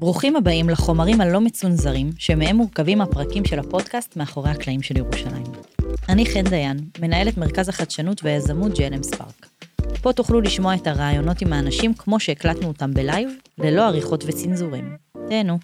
ברוכים הבאים לחומרים הלא מצונזרים, שמהם מורכבים הפרקים של הפודקאסט מאחורי הקלעים של ירושלים. אני חן דיין, מנהלת מרכז החדשנות והיזמות GLM ספארק. פה תוכלו לשמוע את הרעיונות עם האנשים כמו שהקלטנו אותם בלייב, ללא עריכות וצנזורים. תהנו.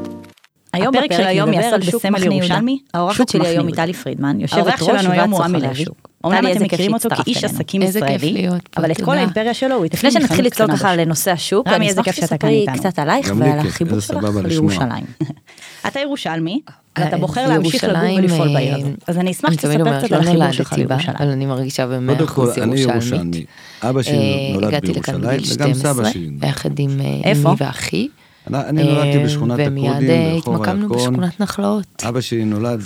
היום בפרק של היום יעסוק בסמך ירושלמי. האורחת שלי היום היא טלי פרידמן, יושבת ראש ועד סוחרי השוק. אומנם אתם מכירים אותו כאיש עסקים ישראלי, אבל את כל האימפריה שלו הוא התחיל. לפני שנתחיל לצלול ככה לנושא השוק, אני אשמח שתספרי קצת עלייך ועל החיבור שלך לירושלים. אתה ירושלמי, ואתה בוחר להמשיך לגור ולפעול בעיר הזאת. אז אני אשמח שתספר קצת על החיבור שלך לירושלים. אבל אני מרגישה ב100% ירושלמית. אבא שלי נולד בירושלים, וגם סבא שלי. ביחד עם אמי ואחי. אני נולדתי בשכונת הקודים, ומיד התמקמנו בשכונת נחלאות. אבא שלי נולד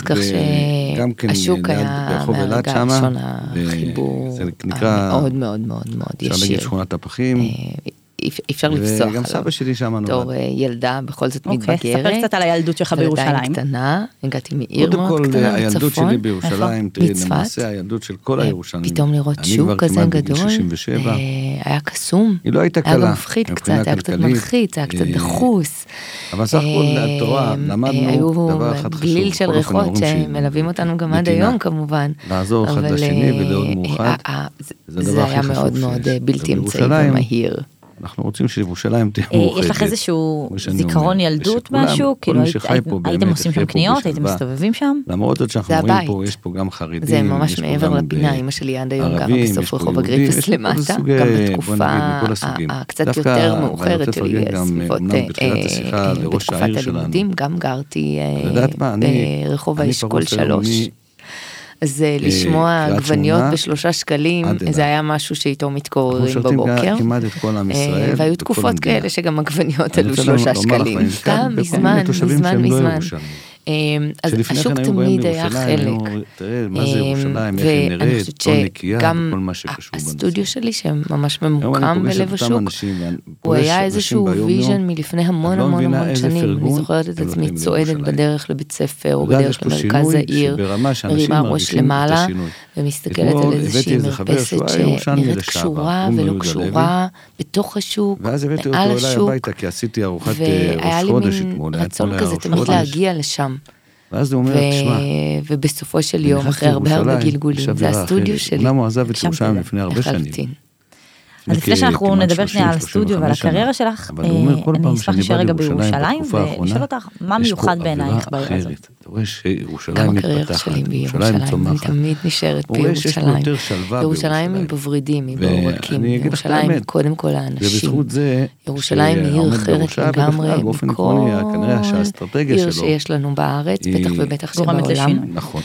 גם כן השוק היה מהרגע הראשון החיבור מאוד מאוד מאוד מאוד ישיר. אפשר להגיד שכונת הפחים. אפשר לפסוח וגם סבא שלי שם נולד. בתור ילדה בכל זאת מתבגרת. ספר קצת על הילדות שלך בירושלים. ילדה קטנה, הגעתי מעיר מאוד קודם כל קטנה הילדות בצפון. שלי בירושלים, למעשה הילדות של כל הירושלמים. פתאום לראות שוק כזה גדול, היה קסום. היא לא הייתה קלה. היה גם מפחיד קצת, היה קצת מלחיץ, היה קצת דחוס. אבל סך הכל התורה, למדנו דבר אחד חשוב. היו גליל של ריחות שמלווים אותנו גם עד היום כמובן. לעזור אחד לשני ולעוד מאוחד. זה היה מאוד מאוד בלתי אמצעי ומהיר. אנחנו רוצים שירושלים תהיה מאוחדת. יש לך איזשהו זיכרון ילדות משהו? כאילו הייתם עושים שם קניות, הייתם מסתובבים שם? למרות זאת שאנחנו רואים פה, יש פה גם חרדים. זה ממש מעבר לפינה, אמא שלי עד היום גרה בסוף רחוב אגריפס למטה, גם בתקופה הקצת יותר מאוחרת שלי, סביבות בתקופת הלימודים, גם גרתי ברחוב האשכול 3. אז לשמוע עגבניות ב3 שקלים, זה היה משהו שאיתו מתקוררים בבוקר. והיו תקופות כאלה שגם עגבניות עלו 3 שקלים. גם מזמן. אז השוק תמיד היה חלק. ואני חושבת שגם הסטודיו שלי, שממש ממוקם בלב השוק, הוא היה איזשהו ויז'ן מלפני המון המון המון שנים. אני זוכרת את עצמי צועדת בדרך לבית ספר, או בדרך למרכז העיר, מרימה ראש למעלה, ומסתכלת על איזושהי מרפסת שנראית קשורה ולא קשורה, בתוך השוק, מעל השוק, והיה לי מין רצון כזה תמיד להגיע לשם. ואז הוא אומר, תשמע, ובסופו של יום, אחרי הרבה גלגולים, זה הסטודיו שלי. למה הוא עזב את ירושלים לפני הרבה שנים? אז לפני שאנחנו נדבר שנייה על הסטודיו ועל הקריירה שלך, אני אשמח שרגע בירושלים, ושאל אותך, מה מיוחד בעינייך בעיר הזאת? גם הקריירה שלי בירושלים, אני תמיד נשארת בירושלים. ירושלים היא בוורידים, היא בעורקים, ירושלים היא קודם כל האנשים. ירושלים היא עיר אחרת לגמרי, מכל עיר שיש לנו בארץ, בטח ובטח שבעולם. נכון,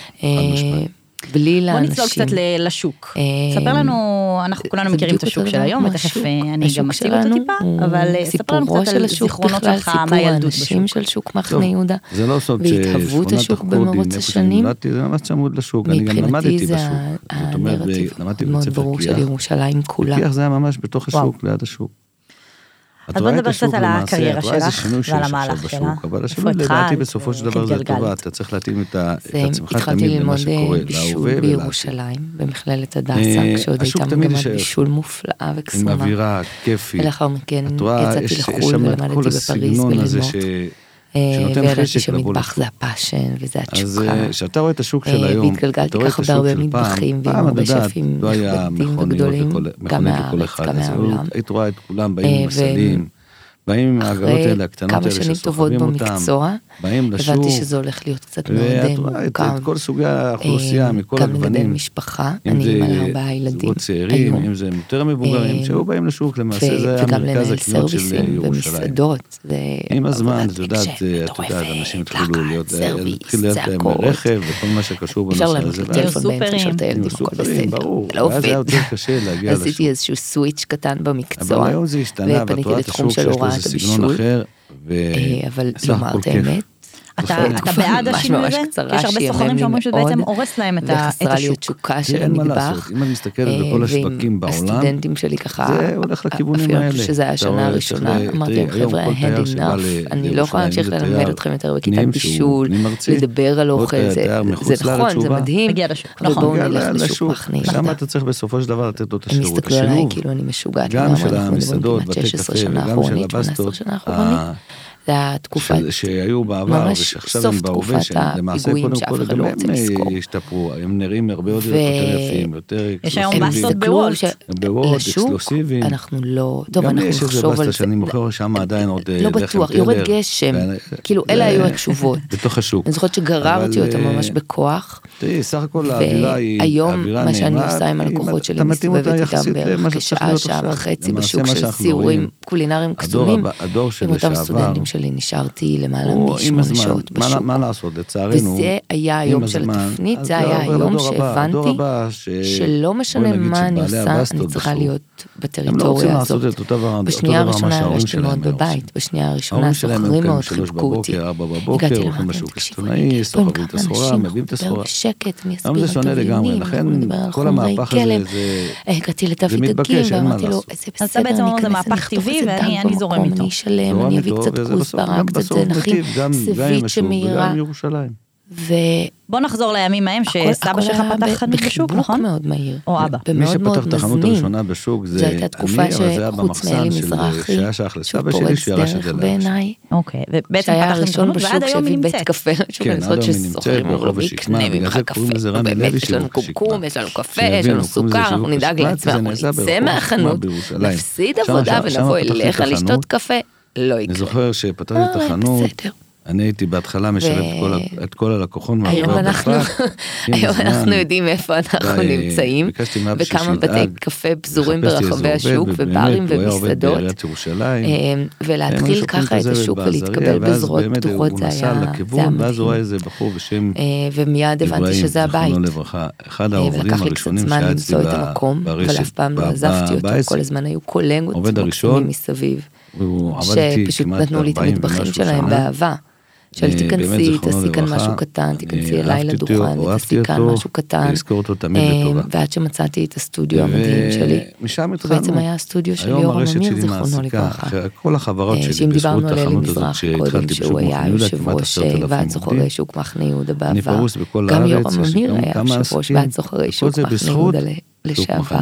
בלי לאנשים. בוא נצלול קצת לשוק. ספר לנו, אנחנו כולנו מכירים את השוק של היום, ותכף אני גם אציג אותו טיפה, אבל ספר לנו קצת על זיכרונות שלך מהילדות בשוק. של שוק מחנה יהודה. זה לא סוד והתהוות השוק במרוץ השנים. זה ממש צמוד לשוק, אני גם למדתי בשוק. הנרטיב מאוד ברור של ירושלים כולה. כיח זה היה ממש בתוך השוק, ליד השוק. אז בוא נדבר קצת על הקריירה שלך ועל המהלך שלה. אבל השינוי לדעתי בסופו של דבר זה טובה, אתה צריך להתאים את עצמך תמיד למה שקורה. התחלתי ללמוד בישול בירושלים, במכללת הדסה, כשעוד הייתה מגמת בישול מופלאה וקסומה. עם אווירה, כיפי. ולאחר מכן יצאתי לחו"ל ולמדתי בפריז בלנות. וידעתי שמטבח זה הפאשן וזה התשוקה. אז כשאתה רואה את השוק של היום, והתגלגלתי ככה בהרבה מטבחים ועם הרבה שפים נכבדים וגדולים, גם מהארץ, גם מהעולם. היית רואה את כולם באים עם מסלים, באים עם העגלות האלה, הקטנות האלה שסוחבים אותם, באים לשוק, הבנתי שזה הולך להיות קצת מאוד מורכב. את כל סוגי האוכלוסייה, מכל הגוונים. גם לגדל משפחה, אני עם 4 ילדים. צעירים, אם זה יותר מבוגרים, שהיו באים לשוק, למעשה זה היה מרכז הקניות של ירושלים. ומסעדות. עם הזמן, את יודעת, אנשים התחילו להיות להם רכב, וכל מה שקשור בנושא הזה. אפשר להם טלפון באמצע שעות הילדים, הכל בסדר. ואז היה יותר קשה להגיע לשוק. עשיתי איזשהו סוויץ' קטן במקצוע. אבל היום זה השתנה, ואת רואה את השוק שיש לו איזה סגנון אחר, אבל לומר את האמת. אתה בעד השינוי הזה? יש הרבה סוחרים שאומרים שזה בעצם הורס להם את השוק. וחסרה לי התשוקה של המטבח. אם אני מסתכלת בכל השווקים בעולם, הסטודנטים שלי ככה, זה הולך לכיוונים האלה. אפילו שזה השנה הראשונה, אמרתי, חבר'ה, hand enough, אני לא יכולה להמשיך ללמד אתכם יותר בכיתת בישול, לדבר על אוכל, זה נכון, זה מדהים, אבל בואו נלך לשוק מחנה. שם אתה צריך בסופו של דבר לתת לו את השירות. הם מסתכלו עליי, כאילו אני משוגעת, גם של המסעדות, בתי קפה, וגם של הבסטות, זה התקופה, שהיו בעבר, ושעכשיו הם בהווה, שלמעשה קודם כל גם הם השתפרו, הם נראים הרבה יותר יפים, יותר אקסקלוסיביים. יש היום בסטות בוולט. בוולט, אקסקלוסיביים. אנחנו לא, טוב, אנחנו נחשוב על זה. גם יש איזה בסטה שאני מוכר שם עדיין עוד לא בטוח, יורד גשם, כאילו אלה היו התשובות. בתוך השוק. אני זוכרת שגררתי אותם ממש בכוח. תראי, סך הכל האווירה היא והיום מה שאני עושה עם הלקוחות שלי, מסתובבת איתם בערך כשעה, שעה וחצי בשוק של סיורים קולינריים קצומים, עם אותם סטודנטים שלי נשארתי למעלה מ8 שעות בשוק. מה לעשות, לצערנו. וזה היה היום של התפנית, זה היה היום שהבנתי שלא משנה מה אני עושה, אני צריכה להיות בטריטוריה הזאת. בשנייה הראשונה הרגשתי מאוד בבית, בשנייה הראשונה הסוחרים מאוד חיבקו אותי. הגעתי למטה, תקשיבו, פה עם אנשים, מדבר בשקט, אני אסביר על תבלינים, מדבר על חומרי כלם. הגעתי לתווי דגים ואמרתי לו, זה בסדר, אני אכנס, אני אכתוב את זה דג במקום, אני אשלם, אני אביא קצת כוסברה, קצת זה נכין, סביט שמהירה. בוא נחזור לימים ההם שסבא שלך פתח חנות בשוק, נכון? מאוד מהיר. או אבא. מי שפתח את החנות הראשונה בשוק זה אני, אבל זה היה במחסן שהיה שייך לסבא שלי שירש את זה בעיניי. אוקיי, ובעצם פתח ראשון בשוק שהביא בית קפה, כן, עד היום היא נמצאת ברחוב השקמה, בגלל זה קוראים לזה רמי לוי יש לנו קומקום, יש לנו קפה, יש לנו סוכר, אנחנו נדאג לעצמנו, נצא מהחנות, נפסיד עבודה ונבוא אליך לשתות קפה, לא יקרה. אני זוכר שפתחתי את החנות, אני הייתי בהתחלה משלם את כל הלקוחות. היום אנחנו יודעים איפה אנחנו נמצאים, וכמה בתי קפה פזורים ברחבי השוק, וברים ומסעדות, ולהתחיל ככה את השוק ולהתקבל בזרועות פתוחות, זה היה מדהים. ומיד הבנתי שזה הבית, ולקח לי קצת זמן למצוא את המקום, אבל אף פעם לא עזבתי אותו, כל הזמן היו קולגות מקסימים מסביב, שפשוט נתנו לי את המטבחים שלהם באהבה. של תיכנסי, תעשי כאן משהו קטן, תיכנסי אליי לדוכן, תעשי כאן משהו קטן, ועד שמצאתי את הסטודיו המדהים שלי, בעצם היה הסטודיו של יורם אמיר, זכרונו לברכה, כל החברות שלי, שאם דיברנו על אלי מזרח קודם, שהוא היה יושב ראש ועד סוחרי שוק מחנה יהודה בעבר, גם יורם אמיר היה יושב ראש ועד סוחרי שוק מחנה יהודה לשעבר.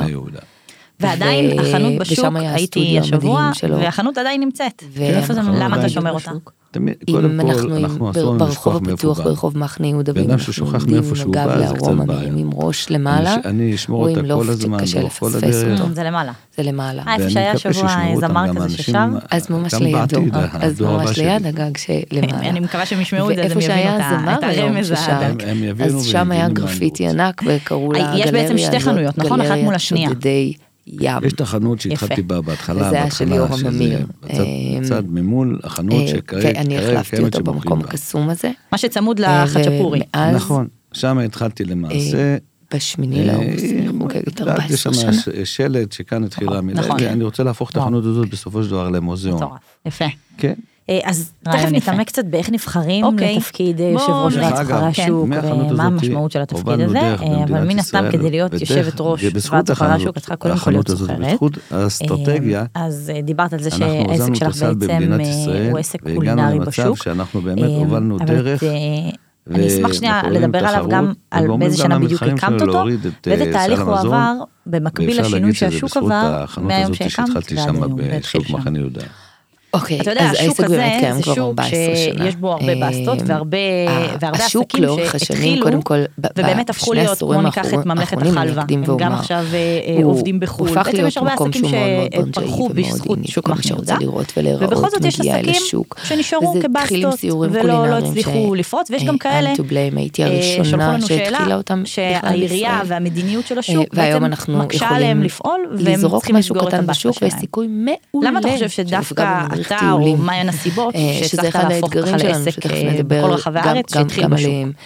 ועדיין החנות בשוק, הייתי השבוע, והחנות עדיין נמצאת. למה אתה שומר אותה? אם אנחנו ברחוב הפתוח, ברחוב מחנה יהודה, ואנחנו עומדים עם הגב לארומה, עם ראש למעלה, רואים לא קשה לפספס אותו. זה למעלה. זה למעלה. איפה שהיה שבוע זמר כזה ששם? אז ממש לידו, אז ממש ליד הגג שלמעלה. אני מקווה שהם ישמעו את זה, אז הם יבינו את הרמז העד. אז שם היה גרפיטי ענק, וקראו לה גלריה. יש בעצם שתי חנויות, נכון? אחת מול השנייה. ים. יש את החנות שהתחלתי בה בהתחלה, זה היה של יורם אמיר. צד ממול, החנות שכרגע אני החלפתי אותו במקום הקסום הזה. מה שצמוד לחצ'פורי. נכון, שם התחלתי למעשה. בשמיני לאוגוסט, חוגגת 14 שנה. יש שם שלט שכאן התחילה המילה, ואני רוצה להפוך את החנות הזאת בסופו של דבר למוזיאון. יפה. כן. אז תכף נתעמק קצת באיך נבחרים לתפקיד יושב ראש ועד סוחרי השוק, ומה המשמעות של התפקיד הזה, אבל מן הסתם כדי להיות יושבת ראש ועד סוחרי השוק, את צריכה קודם כל להיות סוחרת. בזכות האסטרטגיה, אז דיברת על זה שהעסק שלך בעצם הוא עסק קולינרי בשוק, שאנחנו באמת הובלנו דרך, אני אשמח שנייה לדבר עליו גם על באיזה שנה בדיוק הקמת אותו, ואיזה תהליך הוא עבר במקביל לשינוי שהשוק עבר מהיום שהקמת ועד היום והתחיל שם. אתה יודע, השוק הזה זה שוק שיש בו הרבה בסטות והרבה עסקים שהתחילו ובאמת הפכו להיות, כמו ניקח את ממלכת החלבה, הם גם עכשיו עובדים בחול, בעצם יש הרבה עסקים שפרחו בזכות שוק מחנה יהודה, ובכל זאת יש עסקים שנשארו כבסטות ולא הצליחו לפרוץ, ויש גם כאלה שלחו לנו שאלה שהעירייה והמדיניות של השוק בעצם מקשה עליהם לפעול והם צריכים לסגור את הבסטות שלהם. למה אתה חושב שדווקא אתה או מהן הסיבות שהצלחת להפוך אותך לעסק בכל רחבי הארץ שהתחיל בשוק?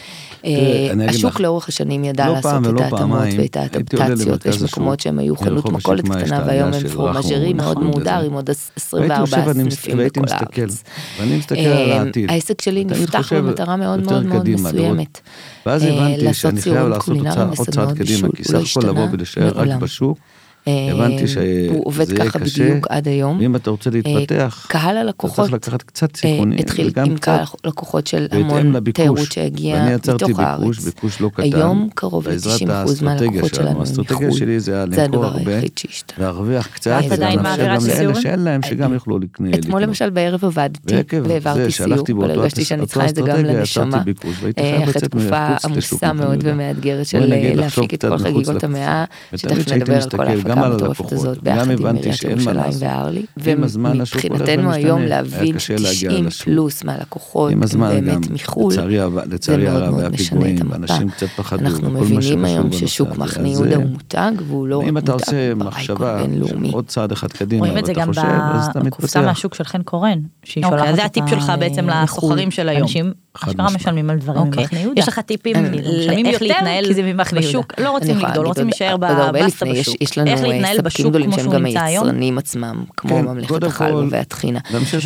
השוק לאורך השנים ידע לעשות את ההתאמות ואת האדפטציות, ויש מקומות שהם היו חנות מכולת קטנה, והיום הם פורמאז'רים מאוד מהודר, עם עוד 24 סניפים בכל הארץ. ואני מסתכל על העתיד. העסק שלי נפתח במטרה מאוד מאוד מאוד מסוימת. ואז הבנתי שאני חייב לעשות עוד צעד קדימה, כי סך הכל לבוא ולשאר רק בשוק, הבנתי שזה יהיה קשה, ואם אתה רוצה להתפתח, קהל הלקוחות צריך לקחת קצת סיכונים, התחיל עם קהל לקוחות של המון תיירות שהגיע מתוך הארץ. היום קרוב ל-90% מהלקוחות שלנו האסטרטגיה שלי זה למכור הרבה, להרוויח קצת, שאין להם שגם יוכלו לקנות. אתמול למשל בערב עבדתי, והעברתי סיור, אבל הרגשתי שאני צריכה את זה גם לנשמה, אחרי תקופה עמוסה מאוד ומאתגרת של להפיק את כל חגיגות המאה, שתכף נדבר על כל ההפקה המטורפת הזאת, ביחד עם עיריית ירושלים והרלי, ומבחינתנו היום להבין 90 פלוס מהלקוחות, באמת מחול, זה מאוד מאוד משנה את המפה. אנחנו מבינים היום ששוק מחנה יהודה הוא מותג, והוא לא מותג באייקון בינלאומי. עוד צעד אחד קדימה, רואים את זה גם בקופסה מהשוק של חן קורן, זה הטיפ שלך בעצם לסוחרים של היום. אשכרה משלמים על דברים ממחנה יהודה. יש לך טיפים איך להתנהל בשוק, לא רוצים לגדול, רוצים להישאר בסטה בשוק. יש לנו ספקים גדולים שהם גם היצרנים עצמם, כמו ממלכת החלב והטחינה,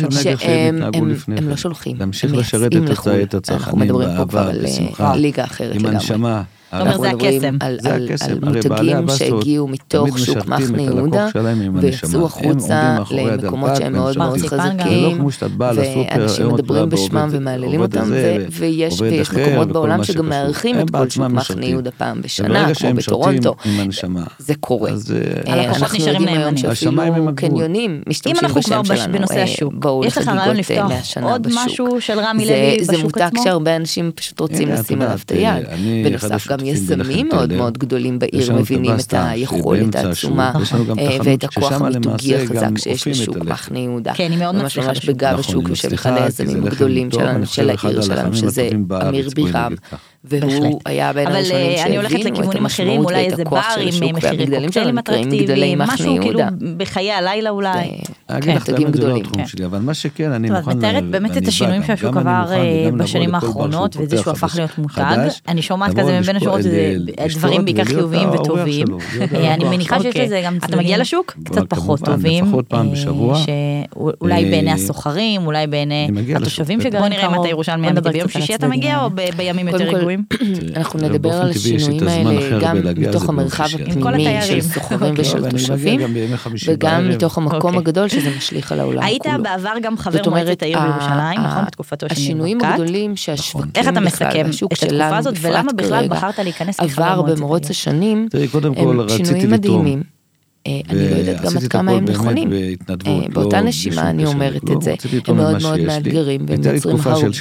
שהם לא שולחים, הם מייצאים לחו"ל. אנחנו מדברים פה כבר על ליגה אחרת לגמרי. אנחנו מדברים על מותגים שהגיעו מתוך שוק מחנה יהודה ויצאו החוצה למקומות שהם מאוד מאוד חזקים, ואנשים מדברים בשמם ומעללים אותם, ויש מקומות בעולם שגם מארחים את כל שוק מחנה יהודה פעם בשנה, כמו בטורונטו. זה קורה. אנחנו יודעים היום שאפילו קניונים משתמשים בשם שלנו. בנושא השוק, יש לך רעיון לפתוח עוד משהו של רמי לוי בשוק עצמו? זה מותג שהרבה אנשים פשוט רוצים לשים עליו את היד. בנוסף גם יזמים מאוד מאוד גדולים בעיר מבינים את היכולת העצומה ואת הכוח המיתוגי החזק שיש בשוק מחנה יהודה. כן, היא מאוד מצליחה. ממש בגב השוק יושב אחד היזמים הגדולים שלנו, של העיר שלנו, שזה אמיר בירם, והוא היה בין הראשונים שהבינו את המשמעות ואת הכוח של השוק והמגדלים שלנו נקראים גדלי מחנה יהודה. בחיי הלילה אולי. מותגים גדולים. אבל מה שכן, אני מוכן... מתארת באמת את השינויים שהשוק עבר בשנים האחרונות, וזה שהוא הפך להיות מותג. אני שומעת כזה מבין השורות, דברים בעיקר חיוביים וטובים. אני מניחה שיש לזה גם... אתה מגיע לשוק? קצת פחות טובים. לפחות פעם בשבוע. אולי בעיני הסוחרים, אולי בעיני התושבים שגרים קרוב. בוא נראה מתי ירושלים מדבר ביום שישי אתה מגיע, או בימים יותר רגועים? אנחנו נדבר על השינויים האלה גם מתוך המרחב הפנימי של סוחרים ושל תושבים, וגם מתוך המקום הגדול שזה משליך על העולם כולו. היית בעבר גם חבר מועצת העיר בירושלים, נכון? בתקופתו של השינויים הגדולים שהשווקים איך אתה מסכם את התקופה הזאת, ולמה בכלל בחרת להיכנס עבר במרוץ השנים, הם שינויים מדהימים. אני לא יודעת גם עד כמה הם נכונים. באותה נשימה אני אומרת את זה. הם מאוד מאוד מאתגרים, והם יוצרים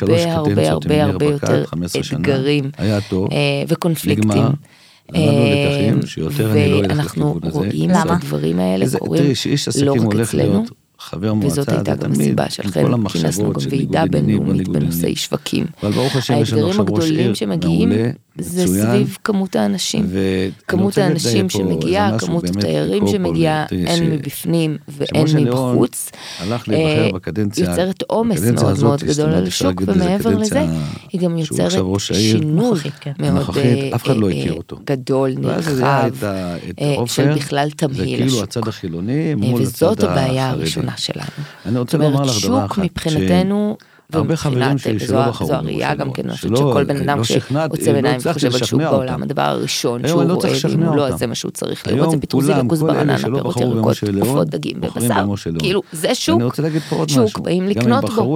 הרבה יותר אתגרים וקונפליקטים. ואנחנו רואים שהדברים האלה קורים לא רק אצלנו, וזאת הייתה גם הסיבה שלכן, כינסנו גם ועידה בינלאומית בנושאי שווקים. האתגרים הגדולים שמגיעים זה סביב כמות האנשים. כמות האנשים שמגיעה, כמות התיירים שמגיעה, הן מבפנים והן מבחוץ, יוצרת עומס מאוד מאוד גדול על השוק, ומעבר לזה, היא גם יוצרת שינוי מאוד גדול, נרחב, של בכלל תמהיל השוק. וזאת הבעיה הראשונה שלנו. אני רוצה לומר לך דבר אחד, מבחינתנו, הרבה חברים שלי שלא בחרו זו הראייה גם כן, שכל בן אדם שעוצם עיניים חושב על שוק בעולם, הדבר הראשון שהוא רואה, ואם הוא לא, זה מה שהוא צריך לראות, זה פיטרוזיליה, כוס ברננה, פירות ירקות, תקופות דגים ובשר, כאילו זה שוק, באים לקנות בו,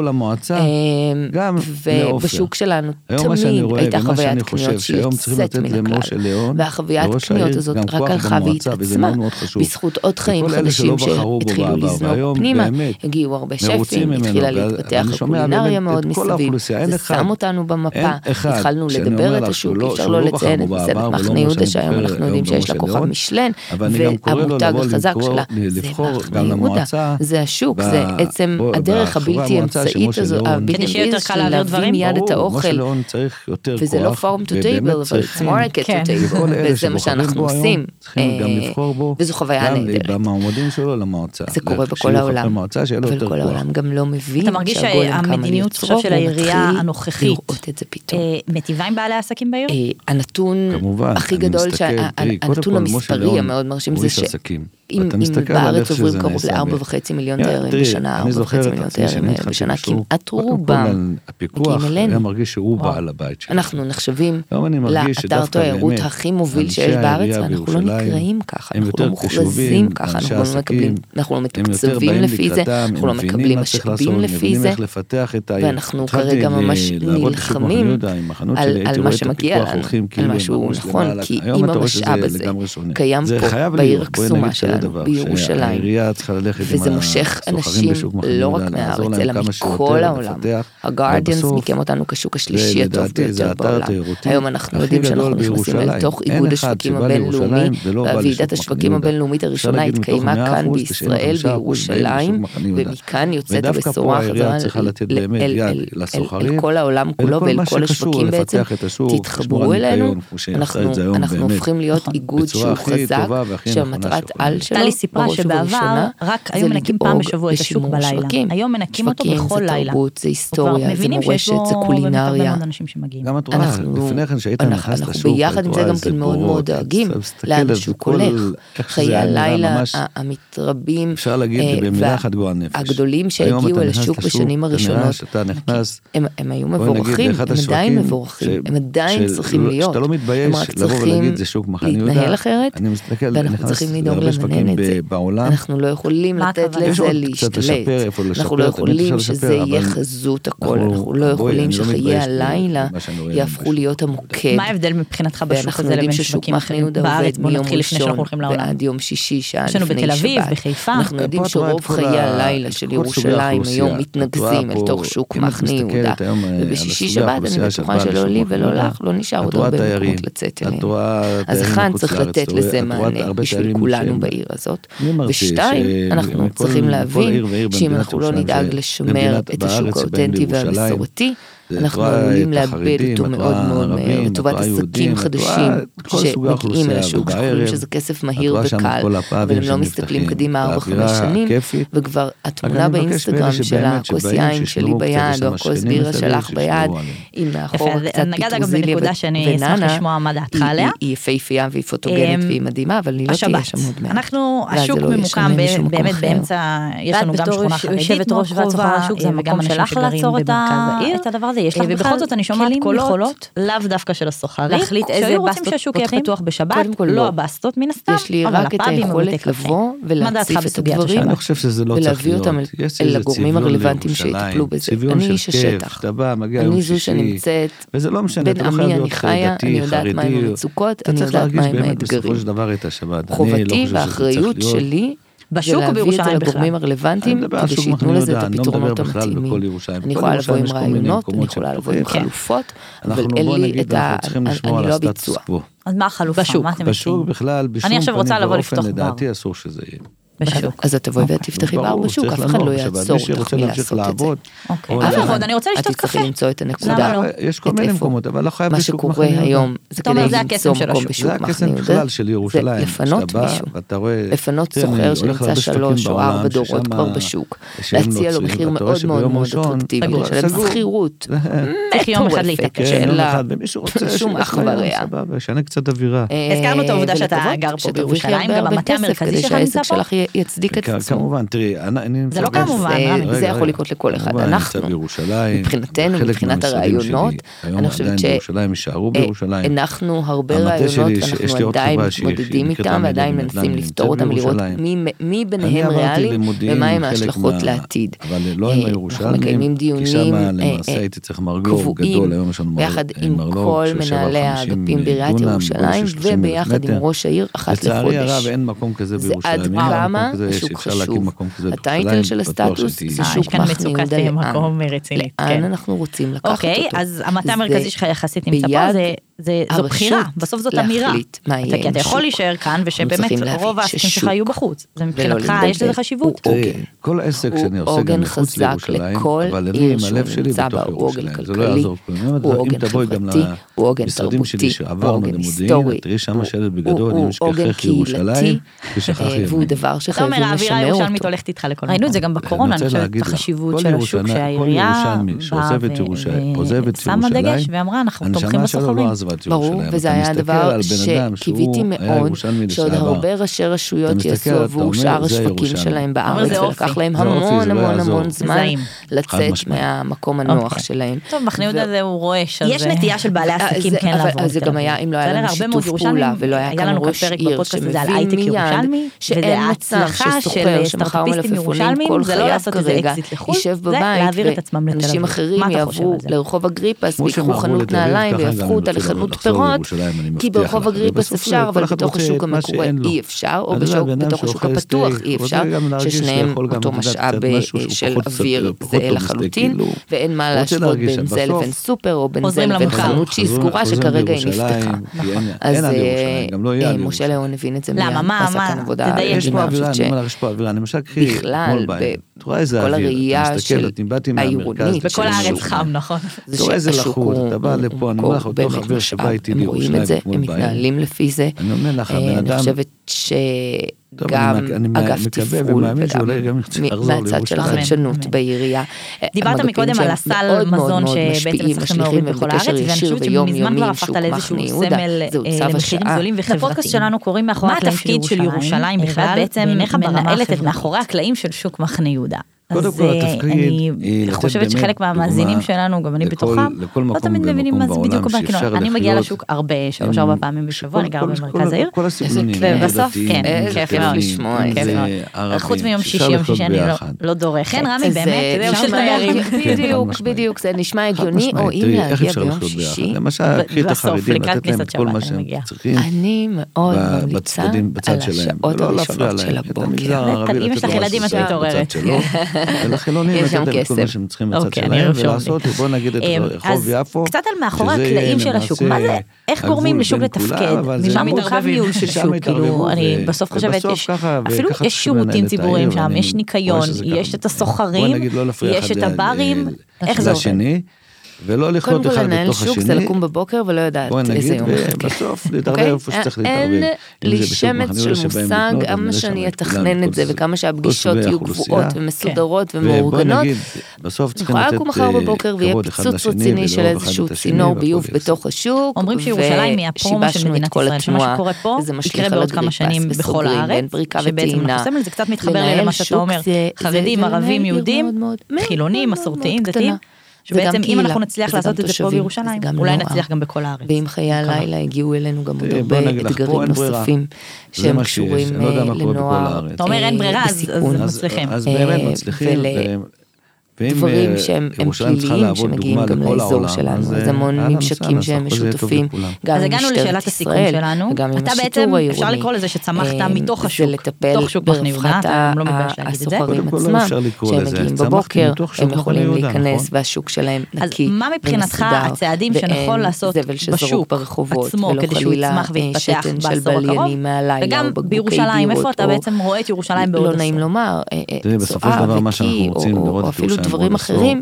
ובשוק שלנו תמיד הייתה חוויית קניות שיוצאת מן הכלל, והחוויית קניות הזאת רק הלכה והתעצמה, בזכות עוד חיים חדשים שהתחילו לזנוק פנימה, הגיעו הרבה שפים, התחילה להתפתח הקולינריה מאוד מסביב, זה שם אותנו במפה, התחלנו לדבר את השוק, אפשר לא לציין את מסעדת מחנה יהודה, שהיום אנחנו יודעים שיש לה כוכב משלן, והמותג החזק שלה, זה מחנה יהודה, זה השוק, זה עצם הדרך הבלתי אמצעית הזו, הבלתי אמצעית של להביא מיד את האוכל, וזה לא farm to table, אבל it's market to table, וזה מה שאנחנו עושים, וזו חוויה נהדרת. זה קורה בכל העולם, אבל כל העולם גם לא מבין אתה מרגיש שהמדיניות המדיניות עכשיו של העירייה הנוכחית, לראות את זה פתאום. מטיבה עם בעלי העסקים בעיר? הנתון הכי גדול, הנתון המספרי המאוד מרשים זה אם בארץ עוברים קרוב ל4.5 מיליון תיירים בשנה, 4.5 מיליון תיירים בשנה, כמעט רובם הפיקוח היה מרגיש שהוא בעל הבית שלנו. אנחנו נחשבים לאתר תיירות הכי מוביל שיש בארץ, ואנחנו לא נקראים ככה, אנחנו לא מוכרזים ככה, אנחנו לא מתקצבים לפי זה, אנחנו לא מקבלים משאבים לפי זה, ואנחנו כרגע ממש נלחמים על מה שמגיע לנו, על משהו נכון, כי אם המשאב הזה קיים פה בעיר הקסומה שלנו, בירושלים, וזה מושך אנשים לא רק מהארץ, אלא מכל העולם. הגארדיאנס מיקם אותנו כשוק השלישי הטוב ביותר בעולם. היום אנחנו יודעים שאנחנו נכנסים אל תוך איגוד השווקים הבינלאומי, והוועידת השווקים הבינלאומית הראשונה התקיימה כאן בישראל, בירושלים, ומכאן יוצאת הבשורה חזרה אל כל העולם כולו ואל כל השווקים בעצם. תתחברו אלינו, אנחנו הופכים להיות איגוד שהוא חזק, שהמטרת על שלו, טלי סיפרה שבעבר רק היו מנקים פעם בשבוע את השוק בלילה. היום מנקים אותו בכל לילה. זה תרבות, זה היסטוריה, זה מורשת, זה קולינריה. גם את רואה, לפני כן שהיית נכנס לשוק, ביחד עם זה גם כן מאוד מאוד דואגים לאן השוק הולך. חיי הלילה המתרבים והגדולים שהגיעו אל השוק בשנים הראשונות, הם היו מבורכים, הם עדיין מבורכים, הם עדיין צריכים להיות, הם רק צריכים להתנהל אחרת, ואנחנו צריכים לדאוג למנן את זה. אנחנו לא יכולים לתת לזה להשתלט, אנחנו לא יכולים שזה יהיה חזות הכל, אנחנו לא יכולים שחיי הלילה יהפכו להיות המוקד. מה ההבדל מבחינתך בשוק הזה לבין שווקים אחרים בארץ? בוא נתחיל לפני שאנחנו הולכים לעולם. ועד יום שישי, שעה לפני שבת. יש לנו בתל אביב, בחיפה. אנחנו יודעים שרוב חיי הלילה של ירושלים היום מתנגזים אל תוך שוק מחנה יהודה. ובשישי שבת אני בטוחה שלא לי ולא לך, לא נשאר עוד הרבה מקומות לצאת אליהם. אז אחד צריך לתת לזה מענה בשביל כולנו בעיר הזאת. ושתיים, אנחנו צריכים להבין שאם אנחנו לא נדאג לשמר את השוק האותנטי והמסורתי, אנחנו עלולים לאבד אותו מאוד מאוד מהר, לטובת עסקים חדשים שמגיעים אל השוק, שחושבים שזה כסף מהיר וקל, אבל הם לא מסתכלים קדימה 4-5 שנים, וכבר התמונה באינסטגרם של הכוס יין שלי ביד, או הכוס בירה שלך ביד, היא מאחור קצת פיטרוזיליה וננה, היא יפהפייה והיא פוטוגנית והיא מדהימה, אבל היא לא תהיה שם עוד מעט. השוק ממוקם באמת באמצע, יש לנו גם שכונה חרדית, יושבת-ראש והצופה השוק, זה המקום שלך לעצור את הדבר הזה, יש לך ובכל זאת אני שומעת קולות, לאו דווקא של הסוחרים, שהיו רוצים שהשוק יהיה פתוח בשבת, לא הבסטות מן הסתם, יש לי רק את היכולת לבוא ולהציף את הדברים, אני חושב שזה לא צריך להיות, ולהביא אותם אל הגורמים הרלוונטיים שיטפלו בזה. אני איש השטח, אני זו שנמצאת, בין עמי אני חיה, אני יודעת מה עם המצוקות, אני יודעת מה עם האתגרים. חובתי והאחריות שלי, בשוק ובירושלים בכלל. לגורמים הרלוונטיים, כדי שיתנו לזה את הפתרונות המתאימים. אני יכולה לבוא עם רעיונות, אני יכולה לבוא עם חלופות, אבל אין לי את אני לא ביצוע. אז מה החלופה? מה אתם בשוק בכלל, אני עכשיו רוצה לבוא לפתוח בר. לדעתי אסור שזה יהיה. בשוק. אז את תבואי ותפתחי בר בשוק, אף אחד לא יעצור אותך מלעשות את זה. אני רוצה לשתות קפה. את צריכה למצוא את הנקודה. יש כל מיני מקומות, אבל לא חייב מה שקורה היום, זה כדי למצוא מקום בשוק מחנה יהודה, זה לפנות מישהו. לפנות סוחר שנמצא 3 או 4 דורות כבר בשוק. להציע לו מחיר מאוד מאוד מאוד אטרקטיבי, לשלם שכירות. איך יום אחד להתעקש. שאלה, שום אח ורע. שנה קצת אווירה. הזכרנו את העובדה שאתה גר פה בירושלים, גם המטה המרכזי שלך נמצא פה. יצדיק את עצמו. כמובן, תראי, זה לא כמובן, זה יכול לקרות לכל אחד. אנחנו, מבחינתנו, מבחינת הרעיונות, אני חושבת שאנחנו הרבה רעיונות, אנחנו עדיין מתמודדים איתם, ועדיין מנסים לפתור אותם, לראות מי ביניהם ריאלי, ומה הם ההשלכות לעתיד. אנחנו מקיימים דיונים קבועים, ביחד עם כל מנהלי האגפים בעיריית ירושלים, וביחד עם ראש העיר אחת לחודש. זה עד כמה השוק חשוב. הטייטל של הסטטוס זה שוק מחנה יהודה לאן. לאן אנחנו רוצים לקחת אותו. אוקיי, אז המטה המרכזי שלך יחסית נמצא פה, זה זו בחירה, בסוף זאת אמירה. כי אתה יכול להישאר כאן, ושבאמת רוב העסקים שלך יהיו בחוץ. זה מבחינתך, יש לזה חשיבות. כל העסק שאני עושה גם מחוץ לירושלים, אבל אני עם הלב שלי בתוך ירושלים. זה לא יעזור כלום. אם תבואי גם למשרדים שלי שעברנו למודיעין, תראי שם שלט בגדול, אם משכחך ירושלים, ושכח והוא דבר שחייבים לשמר אותו. האווירה הירושלמית הולכת איתך לכל. ראינו את זה גם בקורונה, אני חושבת, החשיבות של השוק שהעירייה שמה דגש ואמרה, אנחנו תומכים בסוחרים. ברור, וזה היה הדבר שקיוויתי מאוד, שעוד הרבה ראשי רשויות יעשו עבור שאר השווקים שלהם בארץ, ולקח להם המון המון המון זמן לצאת מהמקום הנוח שלהם. טוב, מחנה יהודה הזה הוא רועש. יש נטייה של בעלי עסקים כן לעבור. אבל זה גם היה, אם לא היה לנו שיתוף פעולה, ולא היה כאן ראש עיר שמבין מיד, שאין מצב שסוחר שמחר מלפפונים כל חייו כרגע, יישב בבית, ואנשים אחרים יעברו לרחוב אגריפס, ויקחו חנות נעליים, ויהפכו אותה לחנות פירות, כי ברחוב אגריפס אפשר, אבל בתוך השוק המקורה אי אפשר, או בתוך השוק הפתוח אי אפשר, ששניהם אותו משאב של אוויר זה לחלוטין, ואין מה להשוות בין זה לבין סופר, או בין זה לבין חנות שהיא סגורה, שכרגע היא נפתחה. אז משה ליאון הבין את זה מיד, עשה כאן עבודה. יש פה אווירה, אני למשל קחי בכלל, בכל הראייה של העירונית, בכל הארץ חם, נכון. אתה רואה איזה לחוץ, אתה בא לפה, אני אומר לך, אותו חבר שבא איתי לירושלים, הם מתנהלים לפי זה. אני חושבת שגם אגף תפעול וגם מהצד של החדשנות בעירייה. דיברת מקודם על הסל מזון שבעצם צריכים להוריד בכל הארץ, ואני חושבת שמזמן כבר הפכת לאיזשהו סמל למחירים זולים וחברתיים. לפודקאסט שלנו קוראים מאחורי הקלעים של ירושלים בכלל, בעצם מנהלת את מאחורי הקלעים של שוק מחנה יהודה. אז אני חושבת שחלק מהמאזינים שלנו, גם אני בתוכם, לא תמיד מבינים מה זה בדיוק הבא. אני מגיעה לשוק הרבה, 3-4 פעמים בשבוע, אני גרה במרכז העיר, ובסוף, כן, כיף מאוד לשמוע. חוץ מיום שישי, יום שישי אני לא דורך. כן, רמי, באמת, זה יום של תיירים. בדיוק, זה נשמע הגיוני, או אם להגיע ביום שישי, בסוף, לקראת כניסת שבת אני מגיעה. אני מאוד ממליצה על השעות הראשונות של הבוקר. אם יש לך ילדים, את מתעוררת. ולחילונים לתת את כל מה שהם צריכים בצד שלהם, ולעשות, בוא נגיד את רחוב יפו. קצת על מאחורי הקלעים של השוק, מה זה, איך גורמים לשוק לתפקד, ממה מורחב ניהול של שוק, כאילו, אני בסוף חושבת, אפילו יש שירותים ציבוריים שם, יש ניקיון, יש את הסוחרים, יש את הברים, איך זה עובד? ולא לחיות אחד בתוך השני. שוק זה לקום בבוקר ולא יודעת איזה יום מחכה. בסוף להתערב איפה שצריך להתערב. אין לי שמץ של מושג, כמה שאני אתכנן את זה, וכמה שהפגישות יהיו קבועות ומסודרות ומאורגנות. אני יכולה לקום מחר בבוקר ויהיה פיצוץ רציני של איזשהו צינור ביוב בתוך השוק, אומרים שירושלים היא הפרומו של מדינת ישראל, שמה שקורה פה יקרה בעוד כמה שנים בכל הארץ, שבעצם החוסם לזה קצת מתחבר למה שאתה אומר, חרדים, ערבים, יהודים, חילונים, מסורתיים, דתיים, שבעצם אם אנחנו נצליח לעשות את זה פה בירושלים, אולי נצליח גם בכל הארץ. ואם חיי הלילה הגיעו אלינו גם עוד הרבה אתגרים נוספים, שהם קשורים לנוער, אתה אומר אין ברירה, אז מצליחים. אז באמת מצליחים. דברים שהם פליליים שמגיעים גם לאזור שלנו, אז המון ממשקים שהם משותפים, גם עם משטרת ישראל, וגם עם השיטור העירוני. אפשר לקרוא לזה שצמחת מתוך השוק, מתוך שוק מחנה יהודה, אתה לא מתבייש להגיד את זה. הסוחרים עצמם, שהם מגיעים בבוקר, הם יכולים להיכנס והשוק שלהם נקי. אז מה מבחינתך הצעדים שנכון לעשות בשוק עצמו, כדי שהוא יצמח ויתפתח בעשור הקרוב, וגם בירושלים, איפה אתה בעצם רואה את ירושלים בעוד עשור? לא נעים לומר, צועה וקי, או אפילו דברים אחרים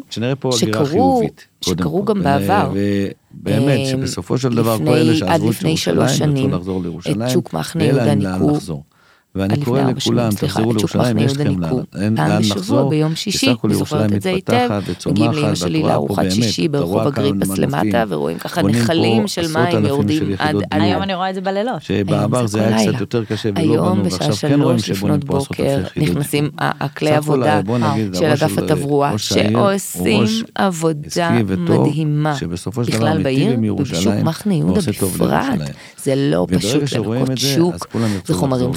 שקרו גם בעבר. באמת שבסופו של דבר כל אלה שעזבו את ירושלים ירצו לחזור לירושלים, את שוק מחנה יהודה ניקו. ואני קורא לכולם, תחזרו לירושלים, יש לכם לאן לחזור, ביום שישי, אני זוכרת את זה היטב, מגיעים לאמא שלי לארוחת שישי ברחוב אגריפס למטה, ורואים ככה נחלים של מים יורדים עד היום אני רואה את זה בלילות. שבעבר זה היה קצת יותר קשה ולא בנו, ועכשיו כן רואים שבונים פה עשרות אלפי חידות. נכנסים הכלי עבודה של אגף התברואה, שעושים עבודה מדהימה, בכלל בעיר, ובשוק מחנה יהודה בפרט, זה לא פשוט לנקות שוק, זה חומרים כימיים,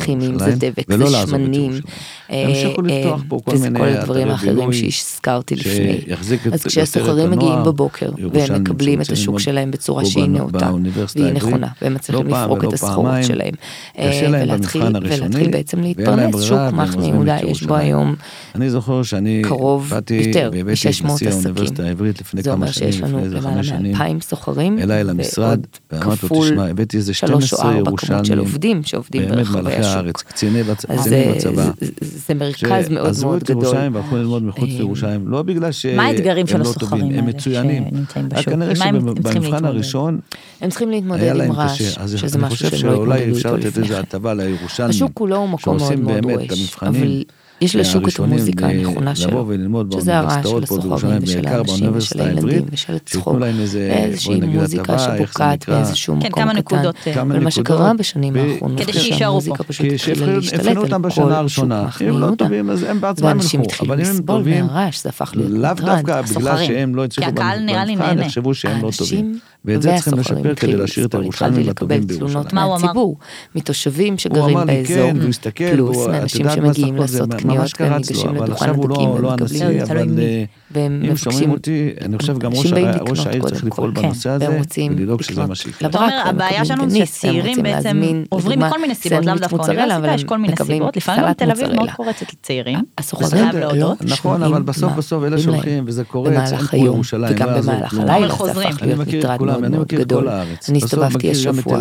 דבק, זה שמנים, וזה כל הדברים האחרים שהזכרתי לפני. אז כשהסוחרים מגיעים בבוקר, והם מקבלים את השוק שלהם בצורה שהיא נאותה, והיא נכונה, והם מצליחים לפרוק את הסחורות שלהם, ולהתחיל בעצם להתפרנס. שוק מחנה יהודה יש בו היום קרוב יותר מ-600 עסקים. זה אומר שיש לנו למעלה מ-2,000 סוחרים, ועוד כפול 3 או 4 כמות של עובדים שעובדים ברחבי השוק. אז זה מרכז מאוד מאוד גדול. ירושלים והלכו ללמוד מחוץ לירושלים, לא בגלל שהם לא טובים, הם מצוינים. כנראה שבמבחן הראשון הם צריכים להתמודד עם רעש, שזה משהו שהם לא התמודדו איתו לפני. השוק כולו הוא מקום מאוד מאוד רועש, אבל יש לשוק את המוזיקה הנכונה שלו, שזה הרעש של הסוחרים ושל האנשים ושל הילדים ושל הצחוק, איזושהי מוזיקה שבוקעת באיזשהו מקום קטן, אבל מה שקרה בשנים האחרונות, כדי שישארו פה, פשוט התחיל להשתלט על כל שוק מחנה יהודה, ואנשים התחילו לסבול מהרעש, זה הפך להיות לאו דווקא בגלל שהם לא הצליחו במבחן, נחשבו שהם לא טובים, ואת זה צריכים לשפר כדי להשאיר את הירושלים לטובים בירושלים. מה הוא אמר? מתושבים שגרים באזור, פלוס מאנשים שמגיעים לעשות קניות וניגשים לדוכן הדקים ומקבלים והם מבקשים אותי, אני חושב גם ראש העיר צריך לפעול בנושא הזה ולדאוג שזה מה שיקרה. אתה אומר, הבעיה שלנו שצעירים בעצם עוברים מכל מיני סיבות, לאו דווקא אוניברסיטה, יש כל מיני סיבות, לפעמים תל אביב מאוד קורצת לצעירים, נכון, אבל בסוף אלה שהולכים וזה קורה, במהלך היום וגם במהלך הלילה, זה הפך להיות מטרד מאוד מאוד גדול. אני הסתובבתי השבוע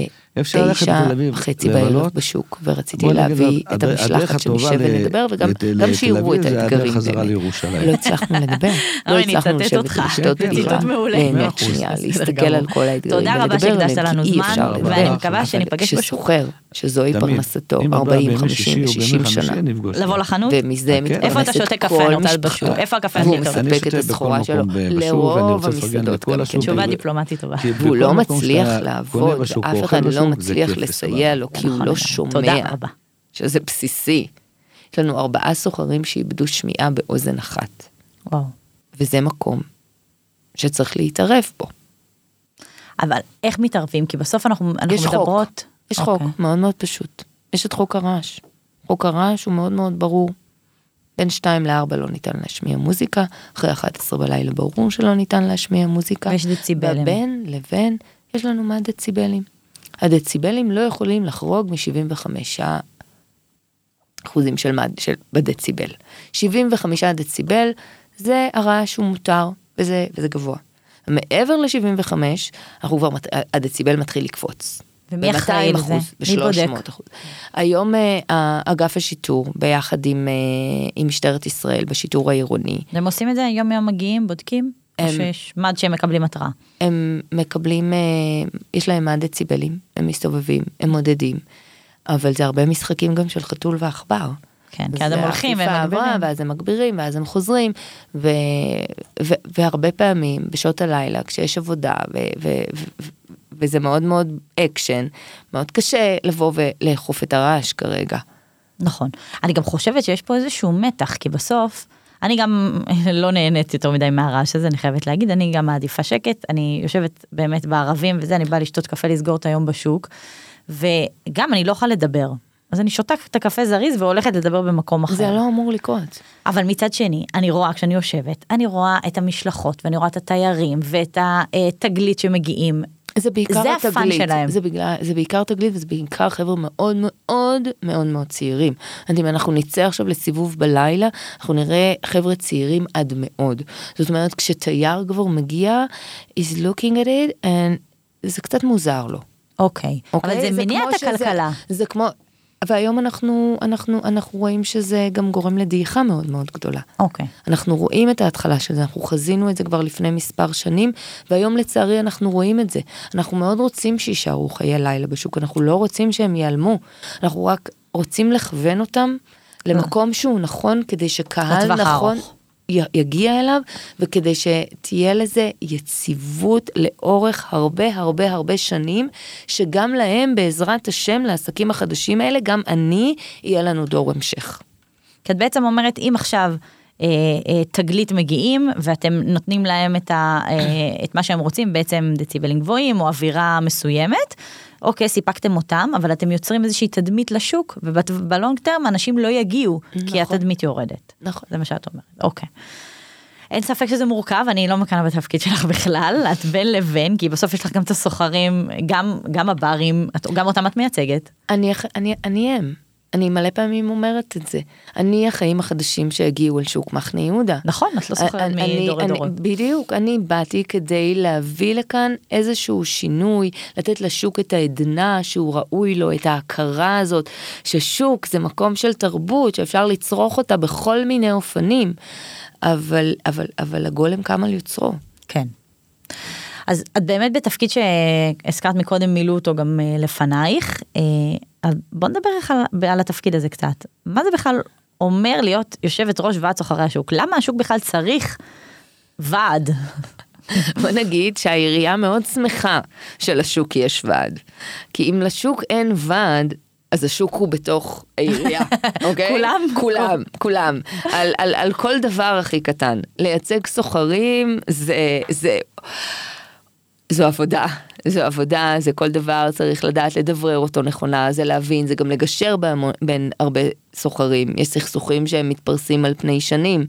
ב9:30 בערב בשוק, ורציתי להביא את המשלחת שנשב ונדבר, וגם שיראו את האתגרים. לא הצלחנו לדבר, לא הצלחנו לשבת ולשתות בירה, ליהנות שנייה, להסתכל על כל האתגרים, ולדבר עליהם, כי אי אפשר לדבר. ואני מקווה שניפגש בשוק. שסוחר, שזוהי פרנסתו, 40, 50 ו-60 שנה. לבוא לחנות? ומזה איפה אתה שותה קפה נוטל בשוק? איפה הקפה הכי טוב? והוא מספק את הסחורה שלו לרוב המסעדות. תשובה דיפלומטית טובה. והוא לא מצליח לעבוד, ואף אחד לא מצליח לסייע לו, כי הוא לא שומע, שזה בסיסי. יש לנו 4 סוחרים שאיבדו שמיעה באוזן אחת. וואו. וזה מקום שצריך להתערף בו. אבל איך מתערבים? כי בסוף אנחנו מדברות... יש חוק, מאוד מאוד פשוט. יש את חוק הרעש. חוק הרעש הוא מאוד מאוד ברור. בין 2 ל-4 לא ניתן להשמיע מוזיקה, אחרי 11 בלילה ברור שלא ניתן להשמיע מוזיקה. ויש דציבלים. ובין לבין יש לנו מה דציבלים. הדציבלים לא יכולים לחרוג מ-75% בדציבל. 75 דציבל זה הרעש הוא מותר, וזה גבוה. מעבר ל-75, הדציבל מתחיל לקפוץ. ומי אחראי לזה? מי בודק? היום אגף השיטור, ביחד עם משטרת ישראל, בשיטור העירוני. הם עושים את זה, היום מגיעים, בודקים? או שיש מד שהם מקבלים התראה? הם מקבלים, יש להם מד דציבלים, הם מסתובבים, הם מודדים, אבל זה הרבה משחקים גם של חתול ועכבר. כן, כי אז הם הולכים והם מגבירים. ואז הם מגבירים, ואז הם חוזרים, והרבה פעמים, בשעות הלילה, כשיש עבודה, וזה מאוד מאוד אקשן, מאוד קשה לבוא ולאכוף את הרעש כרגע. נכון. אני גם חושבת שיש פה איזשהו מתח, כי בסוף, אני גם לא נהנית יותר מדי מהרעש הזה, אני חייבת להגיד, אני גם מעדיפה שקט, אני יושבת באמת בערבים וזה, אני באה לשתות קפה, לסגור את היום בשוק, וגם אני לא יכולה לדבר. אז אני שותה את הקפה זריז והולכת לדבר במקום אחר. זה לא אמור לקרות. אבל מצד שני, אני רואה, כשאני יושבת, אני רואה את המשלחות, ואני רואה את התיירים, ואת התגלית שמגיעים. זה הפן שלהם. זה בעיקר תגלית, וזה בעיקר חבר'ה מאוד מאוד מאוד מאוד צעירים. אם אנחנו נצא עכשיו לסיבוב בלילה, אנחנו נראה חבר'ה צעירים עד מאוד. זאת אומרת, כשתייר כבר מגיע, is looking at it, and זה קצת מוזר לו. אוקיי. אבל זה מניע את הכלכלה. זה כמו... והיום אנחנו רואים שזה גם גורם לדעיכה מאוד מאוד גדולה. אוקיי. אנחנו רואים את ההתחלה של זה, אנחנו חזינו את זה כבר לפני מספר שנים, והיום לצערי אנחנו רואים את זה. אנחנו מאוד רוצים שישארו חיי לילה בשוק, אנחנו לא רוצים שהם ייעלמו, אנחנו רק רוצים לכוון אותם למקום שהוא נכון, כדי שקהל נכון יגיע אליו, וכדי שתהיה לזה יציבות לאורך הרבה שנים, שגם להם בעזרת השם, לעסקים החדשים האלה, גם יהיה לנו דור המשך. כי את בעצם אומרת, אם עכשיו תגלית מגיעים, ואתם נותנים להם את מה שהם רוצים, בעצם דציבלים גבוהים, או אווירה מסוימת, אוקיי, סיפקתם אותם, אבל אתם יוצרים איזושהי תדמית לשוק, ובלונג טרם אנשים לא יגיעו, כי התדמית יורדת. נכון. זה מה שאת אומרת, אוקיי. אין ספק שזה מורכב, אני לא מקנה בתפקיד שלך בכלל, את בין לבין, כי בסוף יש לך גם את הסוחרים, גם הברים, גם אותם את מייצגת. אני מלא פעמים אומרת את זה. אני החיים החדשים שהגיעו אל שוק מחנה יהודה. נכון, את לא סוחרת מדור לדורות. בדיוק, אני באתי כדי להביא לכאן איזשהו שינוי, לתת לשוק את העדנה שהוא ראוי לו, את ההכרה הזאת, ששוק זה מקום של תרבות, שאפשר לצרוך אותה בכל מיני אופנים, אבל הגולם קם על יוצרו. כן. אז את באמת בתפקיד שהזכרת מקודם מילאו אותו גם לפנייך, בוא נדבר על התפקיד הזה קצת. מה זה בכלל אומר להיות יושבת ראש ועד סוחרי השוק? למה השוק בכלל צריך ועד? בוא נגיד שהעירייה מאוד שמחה שלשוק יש ועד. כי אם לשוק אין ועד, אז השוק הוא בתוך העירייה, אוקיי? כולם. על כל דבר הכי קטן. לייצג סוחרים זו עבודה, זה כל דבר, צריך לדעת לדברר אותו נכונה, זה להבין, זה גם לגשר בין הרבה סוחרים, יש סכסוכים שהם מתפרסים על פני שנים,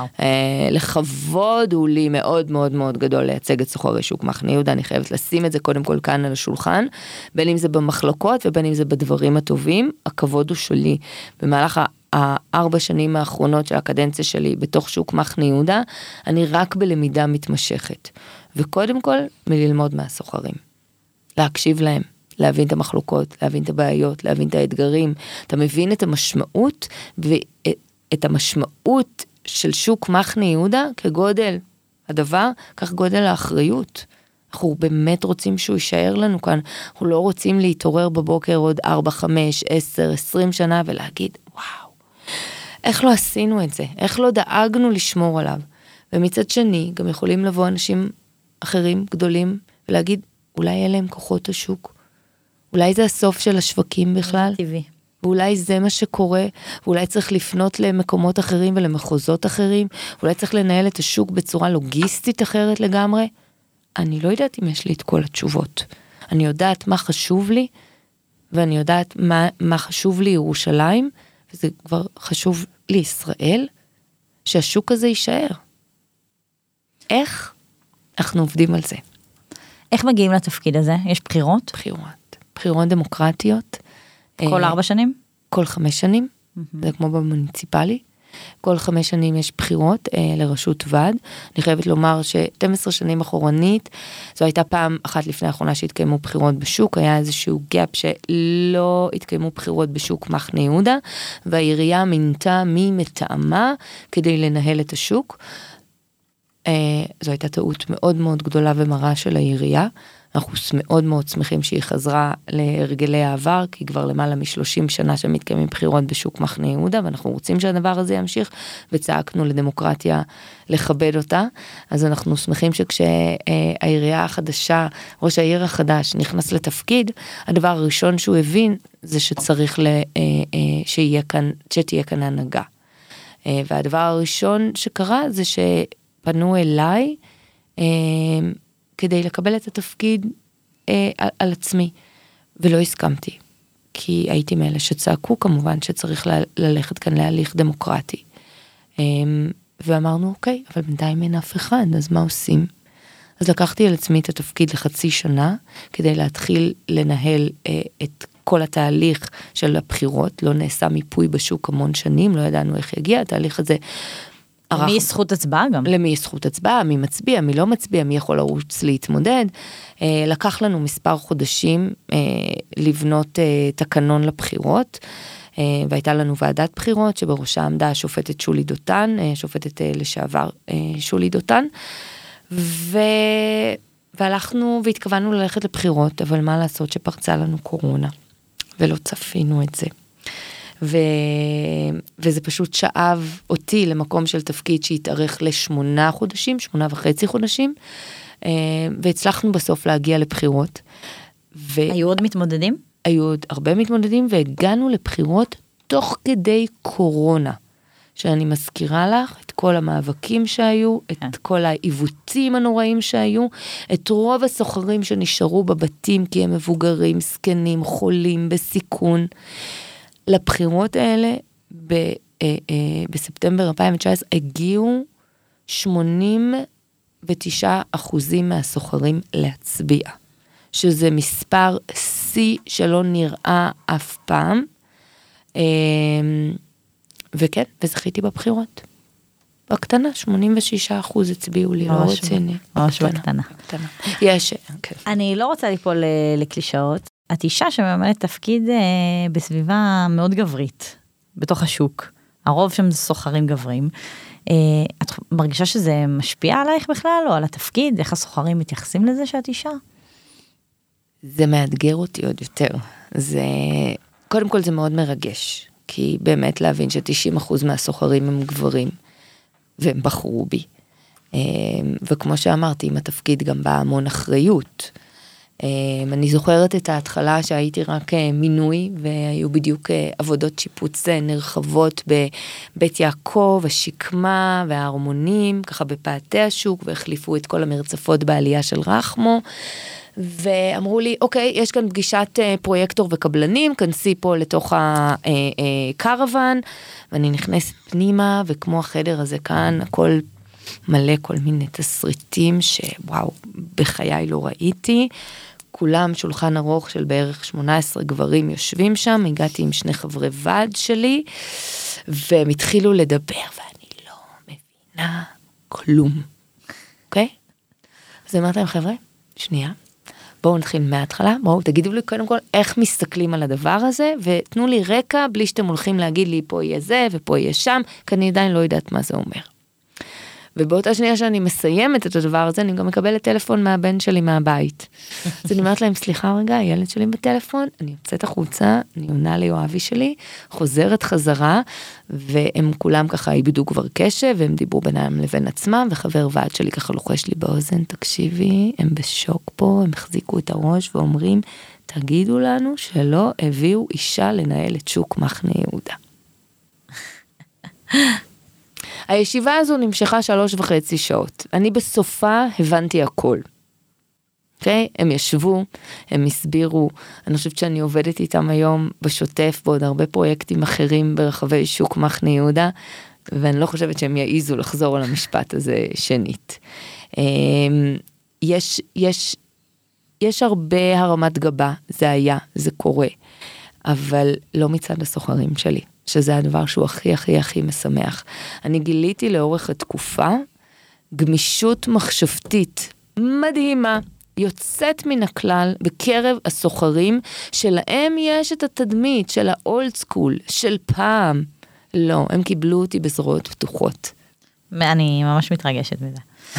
לכבוד הוא לי מאוד מאוד מאוד גדול לייצג את סוחרי שוק מחנה יהודה, אני חייבת לשים את זה קודם כל כאן על השולחן, בין אם זה במחלוקות ובין אם זה בדברים הטובים, הכבוד הוא שלי, במהלך 4 שנים האחרונות של הקדנציה שלי בתוך שוק מחנה יהודה, אני רק בלמידה מתמשכת. וקודם כל, מללמוד מהסוחרים. להקשיב להם, להבין את המחלוקות, להבין את הבעיות, להבין את האתגרים. אתה מבין את המשמעות, ואת המשמעות של שוק מחנה יהודה כגודל הדבר, כך גודל האחריות. אנחנו באמת רוצים שהוא יישאר לנו כאן. אנחנו לא רוצים להתעורר בבוקר עוד 4, 5, 10, 20 שנה ולהגיד, וואו, איך לא עשינו את זה? איך לא דאגנו לשמור עליו? ומצד שני, גם יכולים לבוא אנשים אחרים גדולים, ולהגיד, אולי אלה הם כוחות השוק, אולי זה הסוף של השווקים בכלל, ואולי זה מה שקורה, ואולי צריך לפנות למקומות אחרים ולמחוזות אחרים, ואולי צריך לנהל את השוק בצורה לוגיסטית אחרת לגמרי. אני לא יודעת אם יש לי את כל התשובות. אני יודעת מה חשוב לי, ואני יודעת מה חשוב לי ירושלים, וזה כבר חשוב לי ישראל, שהשוק הזה יישאר. איך? אנחנו עובדים על זה. איך מגיעים לתפקיד הזה? יש בחירות? בחירות דמוקרטיות. כל 4 שנים? כל 5 שנים. זה כמו במוניציפלי. כל 5 שנים יש בחירות לרשות ועד. אני חייבת לומר ש12 שנים אחורנית, זו הייתה פעם אחת לפני האחרונה שהתקיימו בחירות בשוק, היה איזשהו גאפ שלא התקיימו בחירות בשוק מחנה יהודה, והעירייה מינתה מי מטעמה כדי לנהל את השוק. זו הייתה טעות מאוד מאוד גדולה ומרה של העירייה, אנחנו מאוד מאוד שמחים שהיא חזרה להרגלי העבר, כי כבר למעלה מ-30 שנה שמתקיימים בחירות בשוק מחנה יהודה, ואנחנו רוצים שהדבר הזה ימשיך, וצעקנו לדמוקרטיה לכבד אותה, אז אנחנו שמחים שכשהעירייה החדשה, ראש העיר החדש נכנס לתפקיד, הדבר הראשון שהוא הבין, זה שצריך שתהיה כאן הנהגה. והדבר הראשון שקרה זה פנו אליי כדי לקבל את התפקיד על עצמי, ולא הסכמתי, כי הייתי מאלה שצעקו כמובן שצריך ללכת כאן להליך דמוקרטי. ואמרנו, אוקיי, אבל בינתיים אין אף אחד, אז מה עושים? אז לקחתי על עצמי את התפקיד לחצי שנה, כדי להתחיל לנהל את כל התהליך של הבחירות, לא נעשה מיפוי בשוק המון שנים, לא ידענו איך יגיע, התהליך הזה למי יש זכות הצבעה גם? למי יש זכות הצבעה, מי מצביע, מי לא מצביע, מי יכול לרוץ להתמודד. לקח לנו מספר חודשים לבנות תקנון לבחירות, והייתה לנו ועדת בחירות שבראשה עמדה השופטת שולי דותן, שופטת לשעבר שולי דותן, והלכנו והתכוונו ללכת לבחירות, אבל מה לעשות שפרצה לנו קורונה, ולא צפינו את זה. וזה פשוט שאב אותי למקום של תפקיד שהתארך ל8 חודשים, 8.5 חודשים, והצלחנו בסוף להגיע לבחירות. היו עוד מתמודדים? היו עוד הרבה מתמודדים, והגענו לבחירות תוך כדי קורונה, שאני מזכירה לך את כל המאבקים שהיו, את כל העיוותים הנוראים שהיו, את רוב הסוחרים שנשארו בבתים כי הם מבוגרים, סקנים, חולים, בסיכון. לבחירות האלה בספטמבר 2019 הגיעו 89% מהסוחרים להצביע, שזה מספר C שלא נראה אף פעם, וכן, וזכיתי בבחירות. בקטנה, 86% הצביעו לי, לא רציני. ממש בקטנה. יש, כן. אני לא רוצה ליפול לקלישאות. את אישה שממלאת תפקיד בסביבה מאוד גברית, בתוך השוק. הרוב שם סוחרים גברים. את מרגישה שזה משפיע עלייך בכלל, או על התפקיד? איך הסוחרים מתייחסים לזה שאת אישה? זה מאתגר אותי עוד יותר. קודם כל זה מאוד מרגש, כי באמת להבין ש90% מהסוחרים הם גברים, והם בחרו בי. וכמו שאמרתי, עם התפקיד גם בא המון אחריות. אני זוכרת את ההתחלה שהייתי רק מינוי, והיו בדיוק עבודות שיפוץ נרחבות בבית יעקב, השקמה וההרמונים, ככה בפאתי השוק, והחליפו את כל המרצפות בעלייה של רחמו, ואמרו לי, אוקיי, יש כאן פגישת פרויקטור וקבלנים, כנסי פה לתוך הקרוון, ואני נכנסת פנימה, וכמו החדר הזה כאן, הכל מלא כל מיני תסריטים שוואו, בחיי לא ראיתי, כולם שולחן ארוך של בערך 18 גברים יושבים שם, הגעתי עם 2 חברי ועד שלי, והם התחילו לדבר, ואני לא מבינה כלום, אוקיי? אז אמרתי להם, חבר'ה, שנייה, בואו נתחיל מההתחלה, בואו תגידו לי קודם כל איך מסתכלים על הדבר הזה, ותנו לי רקע בלי שאתם הולכים להגיד לי פה יהיה זה ופה יהיה שם, כי אני עדיין לא יודעת מה זה אומר. ובאותה שנייה שאני מסיימת את הדבר הזה, אני גם מקבלת טלפון מהבן שלי מהבית. אז אני אומרת להם, סליחה רגע, הילד שלי בטלפון, אני יוצאת החוצה, אני עונה ליואבי שלי, חוזרת חזרה, והם כולם ככה איבדו כבר קשב, והם דיברו בינם לבין עצמם, וחבר ועד שלי ככה לוחש לי באוזן, תקשיבי, הם בשוק פה, הם החזיקו את הראש ואומרים, תגידו לנו שלא הביאו אישה לנהל את שוק מחנה יהודה. הישיבה הזו נמשכה 3.5 שעות. אני בסופה הבנתי הכל. אוקיי? הם ישבו, הם הסבירו, אני חושבת שאני עובדת איתם היום בשוטף, בעוד הרבה פרויקטים אחרים ברחבי שוק מחנה יהודה, ואני לא חושבת שהם יעיזו לחזור על המשפט הזה שנית. יש הרבה הרמת גבה, זה היה, זה קורה, אבל לא מצד הסוחרים שלי. שזה הדבר שהוא הכי הכי הכי משמח. אני גיליתי לאורך התקופה גמישות מחשבתית מדהימה, יוצאת מן הכלל בקרב הסוחרים, שלהם יש את התדמית של האולד סקול, של פעם. לא, הם קיבלו אותי בזרועות פתוחות. אני ממש מתרגשת מזה.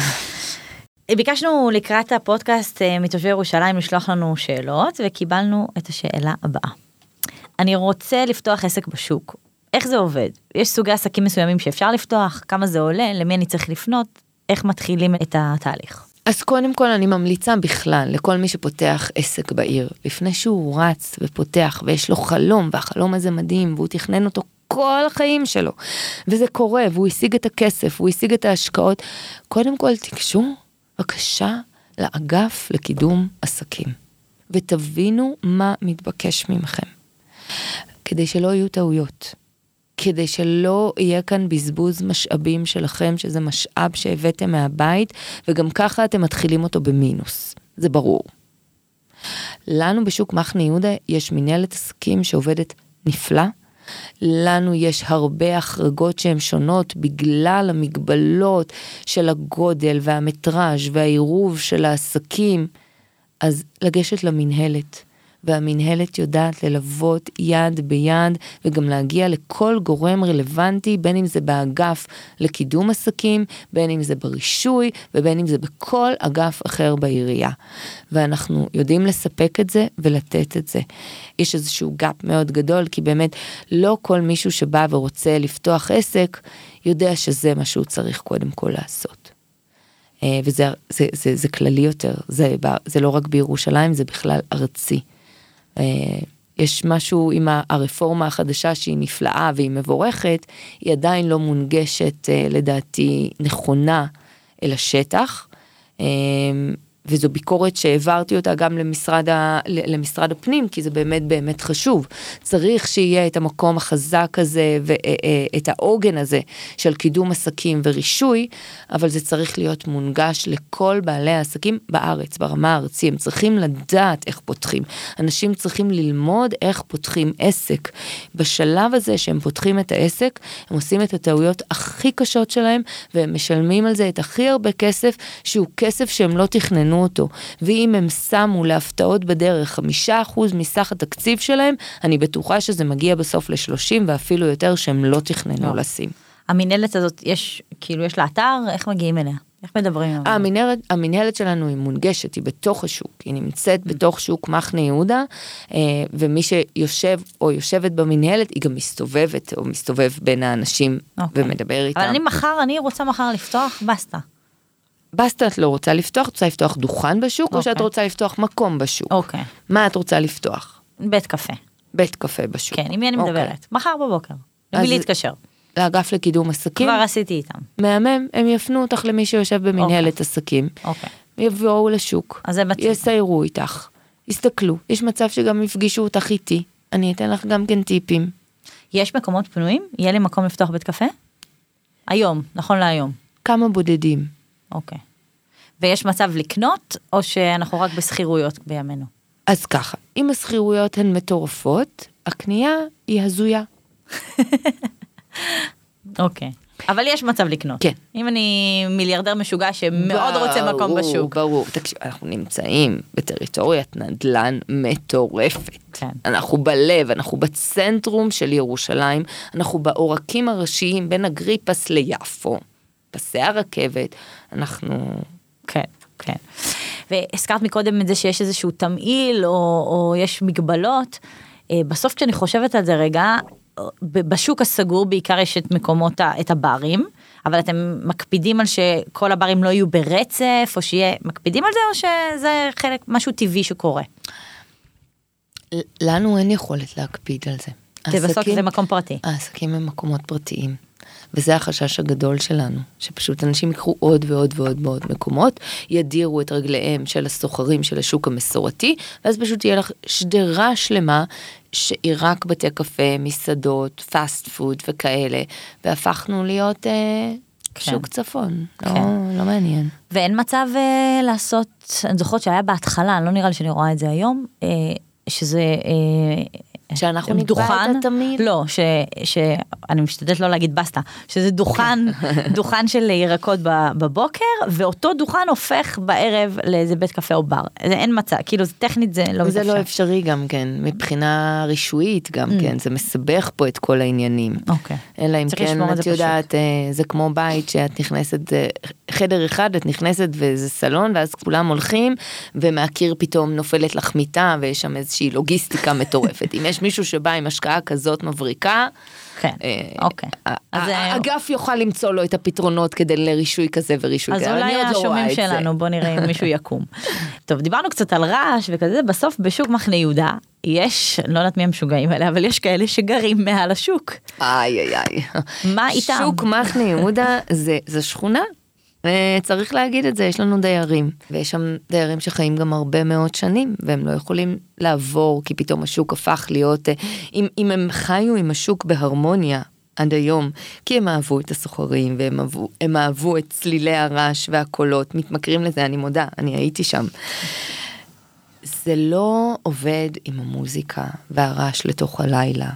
ביקשנו לקראת הפודקאסט מתושבי ירושלים לשלוח לנו שאלות, וקיבלנו את השאלה הבאה. אני רוצה לפתוח עסק בשוק. איך זה עובד? יש סוגי עסקים מסוימים שאפשר לפתוח, כמה זה עולה, למי אני צריך לפנות, איך מתחילים את התהליך? אז קודם כל אני ממליצה בכלל לכל מי שפותח עסק בעיר, לפני שהוא רץ ופותח ויש לו חלום, והחלום הזה מדהים, והוא תכנן אותו כל החיים שלו, וזה קורה, והוא השיג את הכסף, הוא השיג את ההשקעות, קודם כל תיגשו, בבקשה, לאגף לקידום עסקים, ותבינו מה מתבקש ממכם. כדי שלא יהיו טעויות, כדי שלא יהיה כאן בזבוז משאבים שלכם, שזה משאב שהבאתם מהבית, וגם ככה אתם מתחילים אותו במינוס, זה ברור. לנו בשוק מחנה יהודה יש מנהלת עסקים שעובדת נפלא, לנו יש הרבה החרגות שהן שונות, בגלל המגבלות של הגודל והמטראז' והעירוב של העסקים, אז לגשת למנהלת, והמנהלת יודעת ללוות יד ביד, וגם להגיע לכל גורם רלוונטי, בין אם זה באגף לקידום עסקים, בין אם זה ברישוי, ובין אם זה בכל אגף אחר בעירייה. ואנחנו יודעים לספק את זה ולתת את זה. יש איזשהו גאפ מאוד גדול, כי באמת לא כל מישהו שבא ורוצה לפתוח עסק, יודע שזה מה שהוא צריך קודם כל לעשות. וזה כללי יותר, זה לא רק בירושלים, זה בכלל ארצי. יש משהו עם הרפורמה החדשה שהיא נפלאה והיא מבורכת, היא עדיין לא מונגשת לדעתי נכונה אל השטח, וזו ביקורת שהעברתי אותה גם למשרד הפנים, כי זה באמת באמת חשוב. צריך שיהיה את המקום החזק הזה, ואת העוגן הזה של קידום עסקים ורישוי, אבל זה צריך להיות מונגש לכל בעלי העסקים בארץ, ברמה הארצית. הם צריכים לדעת איך פותחים. אנשים צריכים ללמוד איך פותחים עסק. בשלב הזה שהם פותחים את העסק, הם עושים את הטעויות הכי קשות שלהם, והם משלמים על זה את הכי הרבה כסף, שהוא כסף שהם לא תכננו אותו, ואם הם שמו להפתעות בדרך 5% מסך התקציב שלהם, אני בטוחה שזה מגיע בסוף ל-30 ואפילו יותר שהם לא תכננו לשים. המנהלת הזאת, יש לה אתר, איך מגיעים אליה? איך מדברים? המנהלת שלנו היא מונגשת, היא בתוך השוק, היא נמצאת בתוך שוק מחנה יהודה, ומי שיושב או יושבת במנהלת, היא גם מסתובבת או מסתובב בין האנשים ומדבר איתם. אבל אני רוצה מחר לפתוח בסטה. בסטה את לא רוצה לפתוח, את רוצה לפתוח דוכן בשוק, או שאת רוצה לפתוח מקום בשוק? אוקיי. מה את רוצה לפתוח? בית קפה. בית קפה בשוק. כן, עם מי אני מדברת? מחר בבוקר. למי להתקשר? לאגף לקידום עסקים. כבר עשיתי איתם. מהמם, הם יפנו אותך למי שיושב במנהלת עסקים. אוקיי. יבואו לשוק. אז זה מצב. יסיירו איתך. יסתכלו. יש מצב שגם יפגישו אותך איתי. אני אתן לך גם כן טיפים. יש מקומות פנויים? יהיה לי מקום לפתוח בית קפה? היום, נכון להיום. כמה בודדים. אוקיי. ויש מצב לקנות, או שאנחנו רק בסחירויות בימינו? אז ככה, אם הסחירויות הן מטורפות, הקנייה היא הזויה. אוקיי. אבל יש מצב לקנות. כן. אם אני מיליארדר משוגע שמאוד רוצה מקום בשוק. ברור. תקשיב, אנחנו נמצאים בטריטוריית נדל"ן מטורפת. כן. אנחנו בלב, אנחנו בצנטרום של ירושלים, אנחנו בעורקים הראשיים בין אגריפס ליפו. פסי הרכבת, אנחנו... כן, כן. והזכרת מקודם את זה שיש איזשהו תמעיל, או יש מגבלות. בסוף כשאני חושבת על זה רגע, בשוק הסגור בעיקר יש את מקומות, את הברים, אבל אתם מקפידים על שכל הברים לא יהיו ברצף, או שיהיה, מקפידים על זה, או שזה חלק, משהו טבעי שקורה? לנו אין יכולת להקפיד על זה. זה בסוף זה מקום פרטי. העסקים הם מקומות פרטיים. וזה החשש הגדול שלנו, שפשוט אנשים יקחו עוד ועוד ועוד ועוד מקומות, ידירו את רגליהם של הסוחרים של השוק המסורתי, ואז פשוט תהיה לך שדרה שלמה, שהיא רק בתי קפה, מסעדות, פאסט פוד וכאלה, והפכנו להיות שוק צפון. לא מעניין. ואין מצב לעשות, אני זוכרת שהיה בהתחלה, לא נראה לי שאני רואה את זה היום, שזה... שאנחנו נקבע את התמיד? לא, שאני משתדלת לא להגיד בסטה, שזה דוכן של ירקות בבוקר, ואותו דוכן הופך בערב לאיזה בית קפה או בר. אין מצע, כאילו טכנית זה לא מתאפשר. וזה לא אפשרי גם כן, מבחינה רישויית גם כן, זה מסבך פה את כל העניינים. אוקיי. אלא אם כן, את יודעת, זה כמו בית שאת נכנסת, חדר אחד, את נכנסת וזה סלון, ואז כולם הולכים, ומהקיר פתאום נופלת לך מיטה, ויש שם איזושהי לוגיסטיקה מטורפת. אם יש מישהו שבא עם השקעה כזאת מבריקה, כן, אוקיי. האגף יוכל למצוא לו את הפתרונות כדי לרישוי כזה ורישוי כזה. אז אולי השומעים שלנו, בוא נראה אם מישהו יקום. טוב, דיברנו קצת על רעש וכזה, בסוף בשוק מחנה יהודה, יש, לא יודעת מי המשוגעים האלה, אבל יש כאלה שגרים מעל השוק. איי. מה איתם? שוק מחנה יהודה זה שכונה. צריך להגיד את זה, יש לנו דיירים, ויש שם דיירים שחיים גם הרבה מאוד שנים, והם לא יכולים לעבור, כי פתאום השוק הפך להיות, אם הם חיו עם השוק בהרמוניה עד היום, כי הם אהבו את הסוחרים, והם אהבו את צלילי הרעש והקולות, מתמכרים לזה, אני מודה, אני הייתי שם. זה לא עובד עם המוזיקה והרעש לתוך הלילה,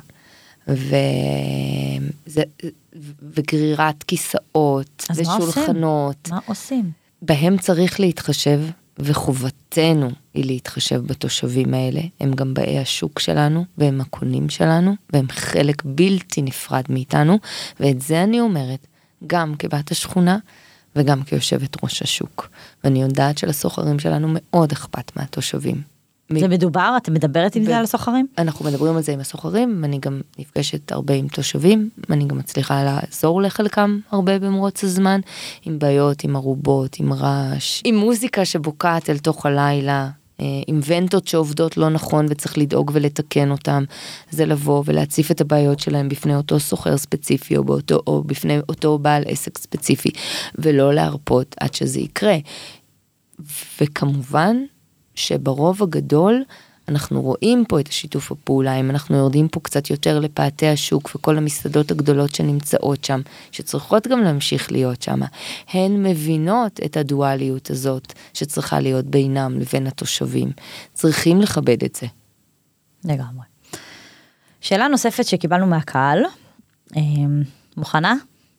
וגרירת כיסאות ושולחנות. מה עושים? בהם צריך להתחשב, וחובתנו היא להתחשב בתושבים האלה. הם גם באי השוק שלנו, והם הקונים שלנו, והם חלק בלתי נפרד מאיתנו, ואת זה אני אומרת, גם כבת השכונה, וגם כיושבת ראש השוק. ואני יודעת שלסוחרים שלנו מאוד אכפת מהתושבים. זה מדובר? את מדברת עם זה על הסוחרים? אנחנו מדברים על זה עם הסוחרים, ואני גם נפגשת הרבה עם תושבים, ואני גם מצליחה לעזור לחלקם הרבה במרוץ הזמן, עם בעיות, עם ערובות, עם רעש, עם מוזיקה שבוקעת אל תוך הלילה, אינבנטות שעובדות לא נכון וצריך לדאוג ולתקן אותם, זה לבוא ולהציף את הבעיות שלהם בפני אותו סוחר ספציפי או בפני אותו בעל עסק ספציפי, ולא להרפות עד שזה יקרה. וכמובן שברוב הגדול אנחנו רואים פה את השיתוף הפעולה, אם אנחנו יורדים פה קצת יותר לפאתי השוק וכל המסעדות הגדולות שנמצאות שם, שצריכות גם להמשיך להיות שם, הן מבינות את הדואליות הזאת שצריכה להיות בינם לבין התושבים. צריכים לכבד את זה. לגמרי. שאלה נוספת שקיבלנו מהקהל, מוכנה?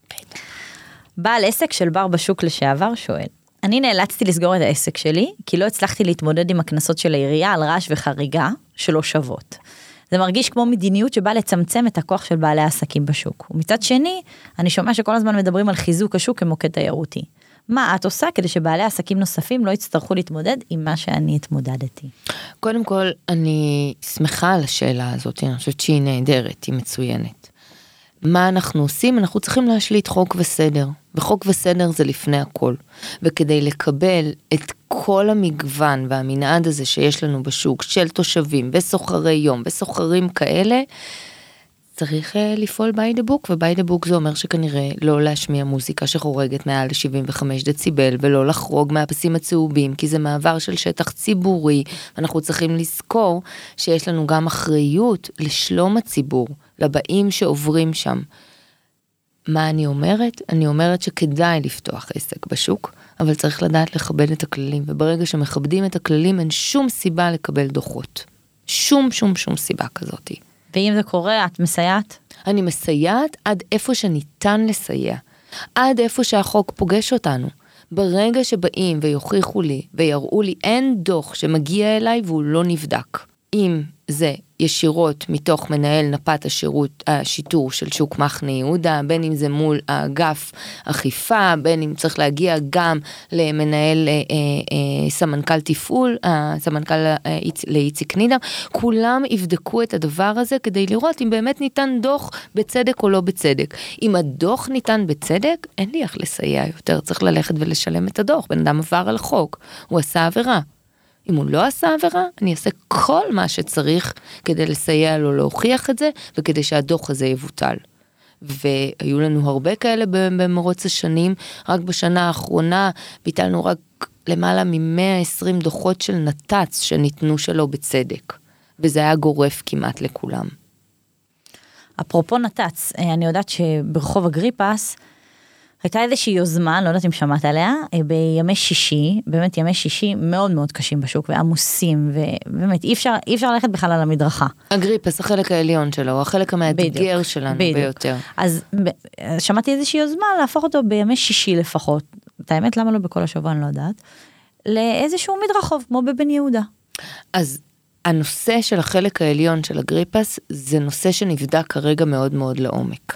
בעל עסק של בר בשוק לשעבר שואל, אני נאלצתי לסגור את העסק שלי, כי לא הצלחתי להתמודד עם הכנסות של העירייה על רעש וחריגה שלא שוות. זה מרגיש כמו מדיניות שבאה לצמצם את הכוח של בעלי העסקים בשוק. ומצד שני, אני שומע שכל הזמן מדברים על חיזוק השוק כמוקד תיירותי. מה את עושה כדי שבעלי עסקים נוספים לא יצטרכו להתמודד עם מה שאני התמודדתי? קודם כל, אני שמחה על השאלה הזאת, אני חושבת שהיא נהדרת, היא מצוינת. מה אנחנו עושים? אנחנו צריכים להשליט חוק וסדר, וחוק וסדר זה לפני הכל, וכדי לקבל את כל המגוון והמנעד הזה שיש לנו בשוק, של תושבים וסוחרי יום וסוחרים כאלה, צריך לפעול by the book, ו-by the book זה אומר שכנראה לא להשמיע מוזיקה שחורגת מעל 75 דציבל, ולא לחרוג מהפסים הצהובים, כי זה מעבר של שטח ציבורי, ואנחנו צריכים לזכור שיש לנו גם אחריות לשלום הציבור, לבאים שעוברים שם. מה אני אומרת? אני אומרת שכדאי לפתוח עסק בשוק, אבל צריך לדעת לכבד את הכללים, וברגע שמכבדים את הכללים, אין שום סיבה לקבל דוחות. שום סיבה כזאת. ואם זה קורה, את מסייעת? אני מסייעת עד איפה שניתן לסייע. עד איפה שהחוק פוגש אותנו. ברגע שבאים ויוכיחו לי ויראו לי, אין דוח שמגיע אליי והוא לא נבדק. אם זה ישירות מתוך מנהל נפת השיטור של שוק מחנה יהודה, בין אם זה מול האגף אכיפה, בין אם צריך להגיע גם למנהל סמנכ"ל תפעול, סמנכ"ל לאיציק נידם, כולם יבדקו את הדבר הזה כדי לראות אם באמת ניתן דוח בצדק או לא בצדק. אם הדוח ניתן בצדק, אין לי איך לסייע יותר, צריך ללכת ולשלם את הדוח, בן אדם עבר על החוק, הוא עשה עבירה. אם הוא לא עשה עבירה, אני אעשה כל מה שצריך כדי לסייע לו להוכיח את זה, וכדי שהדוח הזה יבוטל. והיו לנו הרבה כאלה במרוץ השנים, רק בשנה האחרונה ביטלנו רק למעלה מ-120 דוחות של נת"צ שניתנו שלו בצדק, וזה היה גורף כמעט לכולם. אפרופו נת"צ, אני יודעת שברחוב אגריפס, הייתה איזושהי יוזמה, אני לא יודעת אם שמעת עליה, בימי שישי, באמת ימי שישי מאוד מאוד קשים בשוק, ועמוסים, ובאמת אי אפשר ללכת בכלל על המדרכה. אגריפס, החלק העליון שלו, החלק המאתגר שלנו ביותר. אז שמעתי איזושהי יוזמה, להפוך אותו בימי שישי לפחות, את האמת למה לא בכל השבוע, אני לא יודעת, לאיזשהו מדרחוב, כמו בבן יהודה. אז הנושא של החלק העליון של אגריפס, זה נושא שנבדק כרגע מאוד מאוד לעומק.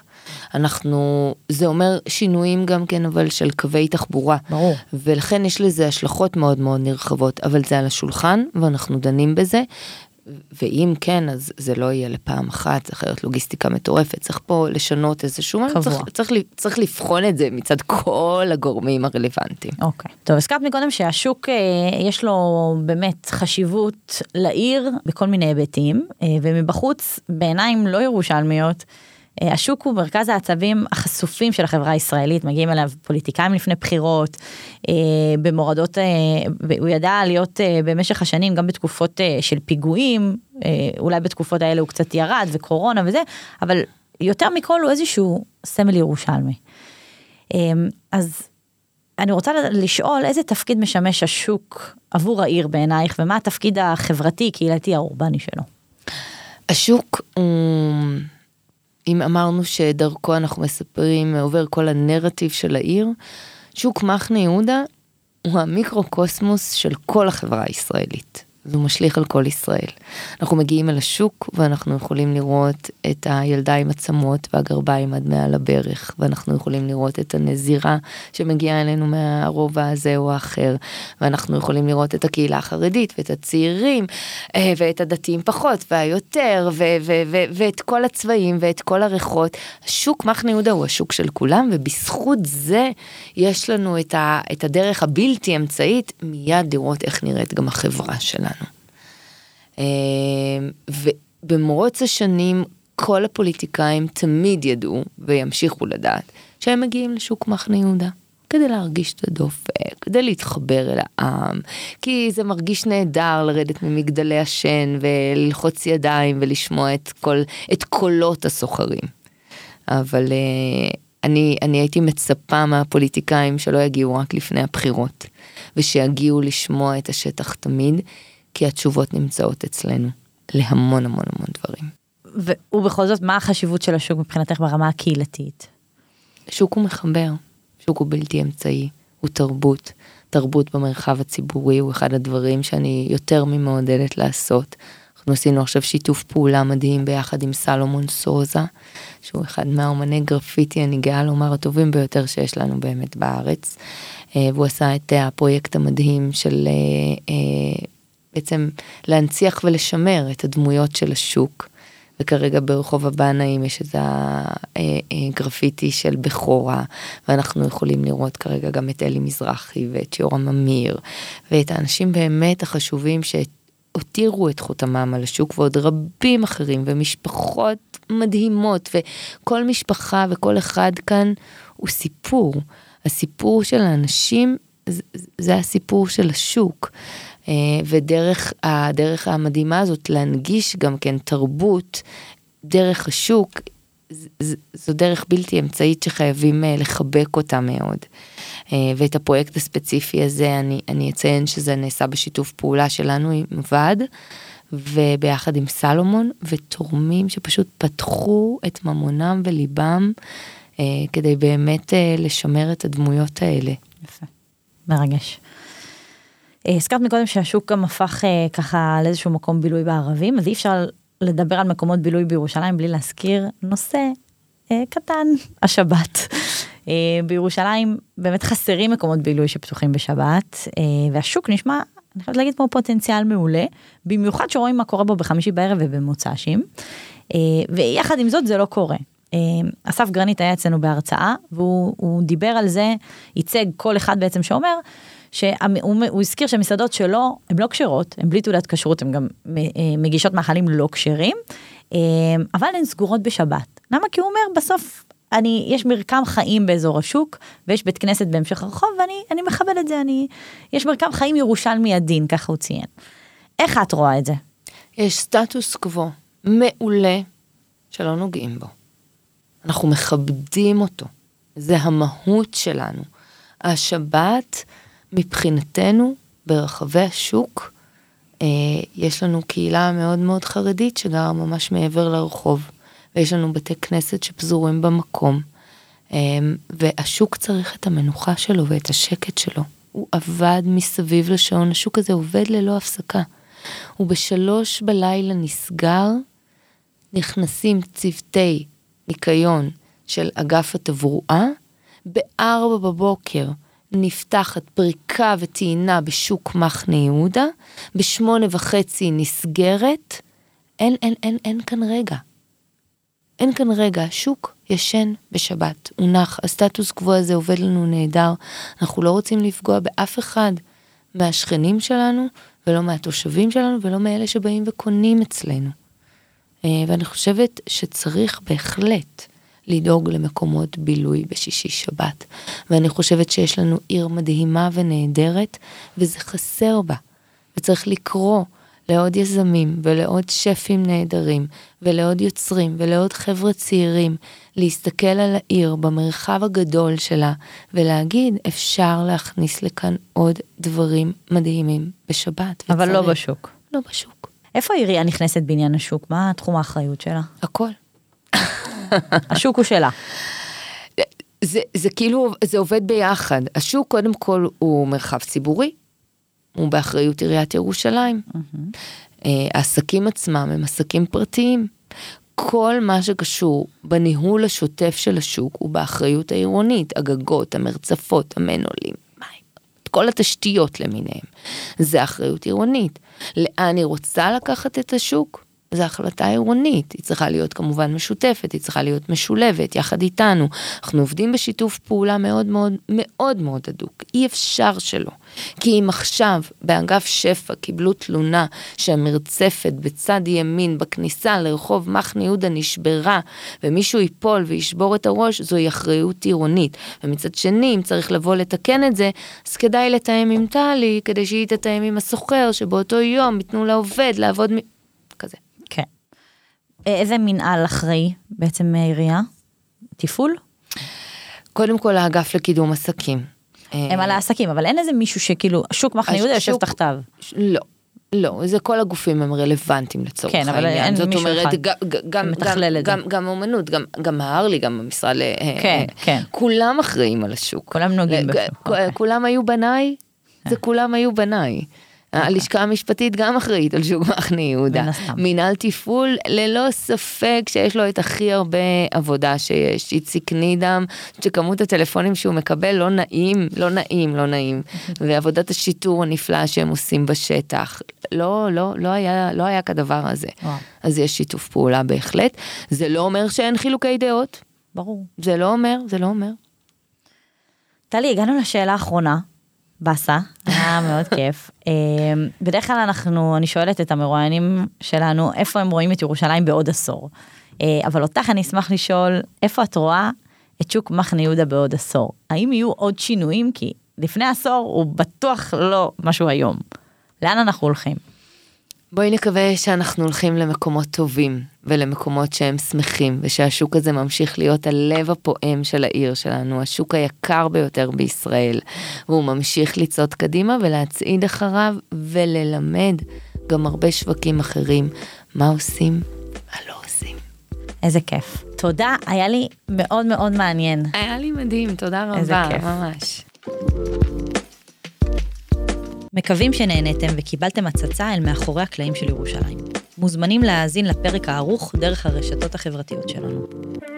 זה אומר שינויים גם כן, אבל של קווי תחבורה. ברור. ולכן יש לזה השלכות מאוד מאוד נרחבות, אבל זה על השולחן, ואנחנו דנים בזה, ואם כן, אז זה לא יהיה לפעם אחת, צריך להיות לוגיסטיקה מטורפת, צריך פה לשנות איזשהו, צריך לבחון את זה מצד כל הגורמים הרלוונטיים. אוקיי. טוב, הזכרת מקודם שהשוק יש לו באמת חשיבות לעיר בכל מיני היבטים, ומבחוץ בעיניים לא ירושלמיות, השוק הוא מרכז העצבים החשופים של החברה הישראלית, מגיעים אליו פוליטיקאים לפני בחירות, במורדות, הוא ידע להיות במשך השנים, גם בתקופות של פיגועים, אולי בתקופות האלה הוא קצת ירד, וקורונה וזה, אבל יותר מכל הוא איזשהו סמל ירושלמי. אז אני רוצה לשאול, איזה תפקיד משמש השוק עבור העיר בעינייך, ומה התפקיד החברתי, קהילתי, האורבני שלו? השוק אם אמרנו שדרכו אנחנו מספרים, עובר כל הנרטיב של העיר, שוק מחנה יהודה הוא המיקרוקוסמוס של כל החברה הישראלית. זה משליך על כל ישראל. אנחנו מגיעים אל השוק, ואנחנו יכולים לראות את הילדיים עצמות והגרביים עד מעל הברך, ואנחנו יכולים לראות את הנזירה שמגיעה אלינו מהרובע הזה או האחר, ואנחנו יכולים לראות את הקהילה החרדית, ואת הצעירים, ואת הדתיים פחות, והיותר, ואת כל הצבעים, ואת כל הריחות. השוק מחנה יהודה הוא השוק של כולם, ובזכות זה יש לנו את הדרך הבלתי אמצעית, מיד לראות איך נראית גם החברה שלנו. ובמרוץ השנים, כל הפוליטיקאים תמיד ידעו, וימשיכו לדעת, שהם מגיעים לשוק מחנה יהודה, כדי להרגיש את הדופק, כדי להתחבר אל העם, כי זה מרגיש נהדר לרדת ממגדלי השן, וללחוץ ידיים, ולשמוע את קולות הסוחרים. אבל אני הייתי מצפה מהפוליטיקאים שלא יגיעו רק לפני הבחירות, ושיגיעו לשמוע את השטח תמיד, כי התשובות נמצאות אצלנו, להמון המון המון דברים. ובכל זאת, מה החשיבות של השוק מבחינתך ברמה הקהילתית? שוק הוא מחבר, שוק הוא בלתי אמצעי, הוא תרבות. תרבות במרחב הציבורי הוא אחד הדברים שאני יותר ממעודדת לעשות. אנחנו עשינו עכשיו שיתוף פעולה מדהים ביחד עם סלומון סוזה, שהוא אחד מהאומני גרפיטי, אני גאה לומר, הטובים ביותר שיש לנו באמת בארץ. והוא עשה את הפרויקט המדהים של בעצם להנציח ולשמר את הדמויות של השוק. וכרגע ברחוב הבנאים יש את הגרפיטי של בחורה, ואנחנו יכולים לראות כרגע גם את אלי מזרחי ואת יורם אמיר, ואת האנשים באמת החשובים שהותירו את חותמם על השוק, ועוד רבים אחרים, ומשפחות מדהימות, וכל משפחה וכל אחד כאן הוא סיפור. הסיפור של האנשים זה הסיפור של השוק. ודרך הדרך המדהימה הזאת להנגיש גם כן תרבות דרך השוק, זו דרך בלתי אמצעית שחייבים לחבק אותה מאוד. ואת הפרויקט הספציפי הזה אני אציין שזה נעשה בשיתוף פעולה שלנו עם ועד, וביחד עם סלומון, ותורמים שפשוט פתחו את ממונם וליבם, כדי באמת לשמר את הדמויות האלה. יפה, מרגש. הזכרת מקודם שהשוק גם הפך ככה לאיזשהו מקום בילוי בערבים, אז אי אפשר לדבר על מקומות בילוי בירושלים בלי להזכיר נושא קטן, השבת. בירושלים באמת חסרים מקומות בילוי שפתוחים בשבת, והשוק נשמע, אני חייבת להגיד פה פוטנציאל מעולה, במיוחד שרואים מה קורה בו בחמישי בערב ובמוצ"שים, ויחד עם זאת זה לא קורה. אסף גרנית היה אצלנו בהרצאה, והוא דיבר על זה, ייצג כל אחד בעצם שאומר, שהוא הזכיר שהמסעדות שלו הן לא כשרות, הן בלי תעודת כשרות, הן גם מגישות מאכלים לא כשרים, אבל הן סגורות בשבת. למה? כי הוא אומר, בסוף יש מרקם חיים באזור השוק, ויש בית כנסת בהמשך הרחוב, ואני מכבד את זה, יש מרקם חיים ירושלמי עדין, ככה הוא ציין. איך את רואה את זה? יש סטטוס קוו מעולה שלא נוגעים בו. אנחנו מכבדים אותו. זה המהות שלנו. השבת, מבחינתנו, ברחבי השוק, יש לנו קהילה מאוד מאוד חרדית, שגרה ממש מעבר לרחוב, ויש לנו בתי כנסת שפזורים במקום, והשוק צריך את המנוחה שלו ואת השקט שלו. הוא עבד מסביב לשעון, השוק הזה עובד ללא הפסקה. הוא ב3 בלילה נסגר, נכנסים צוותי ניקיון של אגף התברואה, ב4 בבוקר נפתחת פריקה וטעינה בשוק מחנה יהודה, ב8:30 נסגרת, אין כאן רגע. אין כאן רגע, השוק ישן בשבת, הוא נח, הסטטוס קוו הזה עובד לנו נהדר, אנחנו לא רוצים לפגוע באף אחד מהשכנים שלנו, ולא מהתושבים שלנו, ולא מאלה שבאים וקונים אצלנו. ואני חושבת שצריך בהחלט לדאוג למקומות בילוי בשישי שבת. ואני חושבת שיש לנו עיר מדהימה ונהדרת, וזה חסר בה. וצריך לקרוא לעוד יזמים, ולעוד שפים נהדרים, ולעוד יוצרים, ולעוד חבר'ה צעירים, להסתכל על העיר במרחב הגדול שלה, ולהגיד, אפשר להכניס לכאן עוד דברים מדהימים בשבת. אבל לא בשוק. לא בשוק. איפה העירייה נכנסת בעניין השוק? מה תחום האחריות שלה? הכל. השוק הוא שלה. זה כאילו, זה עובד ביחד. השוק קודם כל הוא מרחב ציבורי, הוא באחריות עיריית ירושלים. העסקים עצמם הם עסקים פרטיים. כל מה שקשור בניהול השוטף של השוק הוא באחריות העירונית, הגגות, המרצפות, המנעולים, כל התשתיות למיניהם. זה אחריות עירונית. לאן היא רוצה לקחת את השוק? זו החלטה עירונית, היא צריכה להיות כמובן משותפת, היא צריכה להיות משולבת, יחד איתנו. אנחנו עובדים בשיתוף פעולה מאוד מאוד מאוד מאוד הדוק, אי אפשר שלא. כי אם עכשיו באגף שפע קיבלו תלונה שהמרצפת בצד ימין בכניסה לרחוב מחנה יהודה נשברה, ומישהו ייפול וישבור את הראש, זוהי אחריות עירונית. ומצד שני, אם צריך לבוא לתקן את זה, אז כדאי לתאם עם טלי, כדי שהיא תתאם עם הסוחר, שבאותו יום ייתנו לעובד לעבוד כזה. כן. איזה מנהל אחראי בעצם מהעירייה? טיפול? קודם כל האגף לקידום עסקים. הם על העסקים, אבל אין איזה מישהו שכאילו, שוק מחנה יהודה יושב תחתיו. לא. לא, זה כל הגופים הם רלוונטיים לצורך העניין. כן, אבל אין מישהו אחד מתכלל את זה. גם אומנות, גם ההרלי, גם המשרד כולם אחראים על השוק. כולם נוגעים בשוק. כולם היו בניי, זה כולם היו בניי. הלשכה המשפטית גם אחראית על שוק מחנה יהודה. מנהל תפעול, ללא ספק שיש לו את הכי הרבה עבודה שיש. איציק נידם, שכמות הטלפונים שהוא מקבל לא נעים. ועבודת השיטור הנפלא שהם עושים בשטח. לא היה כדבר הזה. אז יש שיתוף פעולה בהחלט. זה לא אומר שאין חילוקי דעות. ברור. זה לא אומר. טלי, הגענו לשאלה האחרונה. בסה, היה מאוד כיף. בדרך כלל אני שואלת את המרואיינים שלנו, איפה הם רואים את ירושלים בעוד עשור. אבל אותך אני אשמח לשאול, איפה את רואה את שוק מחנה יהודה בעוד עשור? האם יהיו עוד שינויים? כי לפני עשור הוא בטוח לא משהו היום. לאן אנחנו הולכים? בואי נקווה שאנחנו הולכים למקומות טובים, ולמקומות שהם שמחים, ושהשוק הזה ממשיך להיות הלב הפועם של העיר שלנו, השוק היקר ביותר בישראל, והוא ממשיך לצעוד קדימה ולהצעיד אחריו, וללמד גם הרבה שווקים אחרים, מה עושים, מה לא עושים. איזה כיף. תודה, היה לי מאוד מאוד מעניין. היה לי מדהים, תודה רבה, ממש. מקווים שנהנתם וקיבלתם הצצה אל מאחורי הקלעים של ירושלים. מוזמנים להאזין לפרק הארוך דרך הרשתות החברתיות שלנו.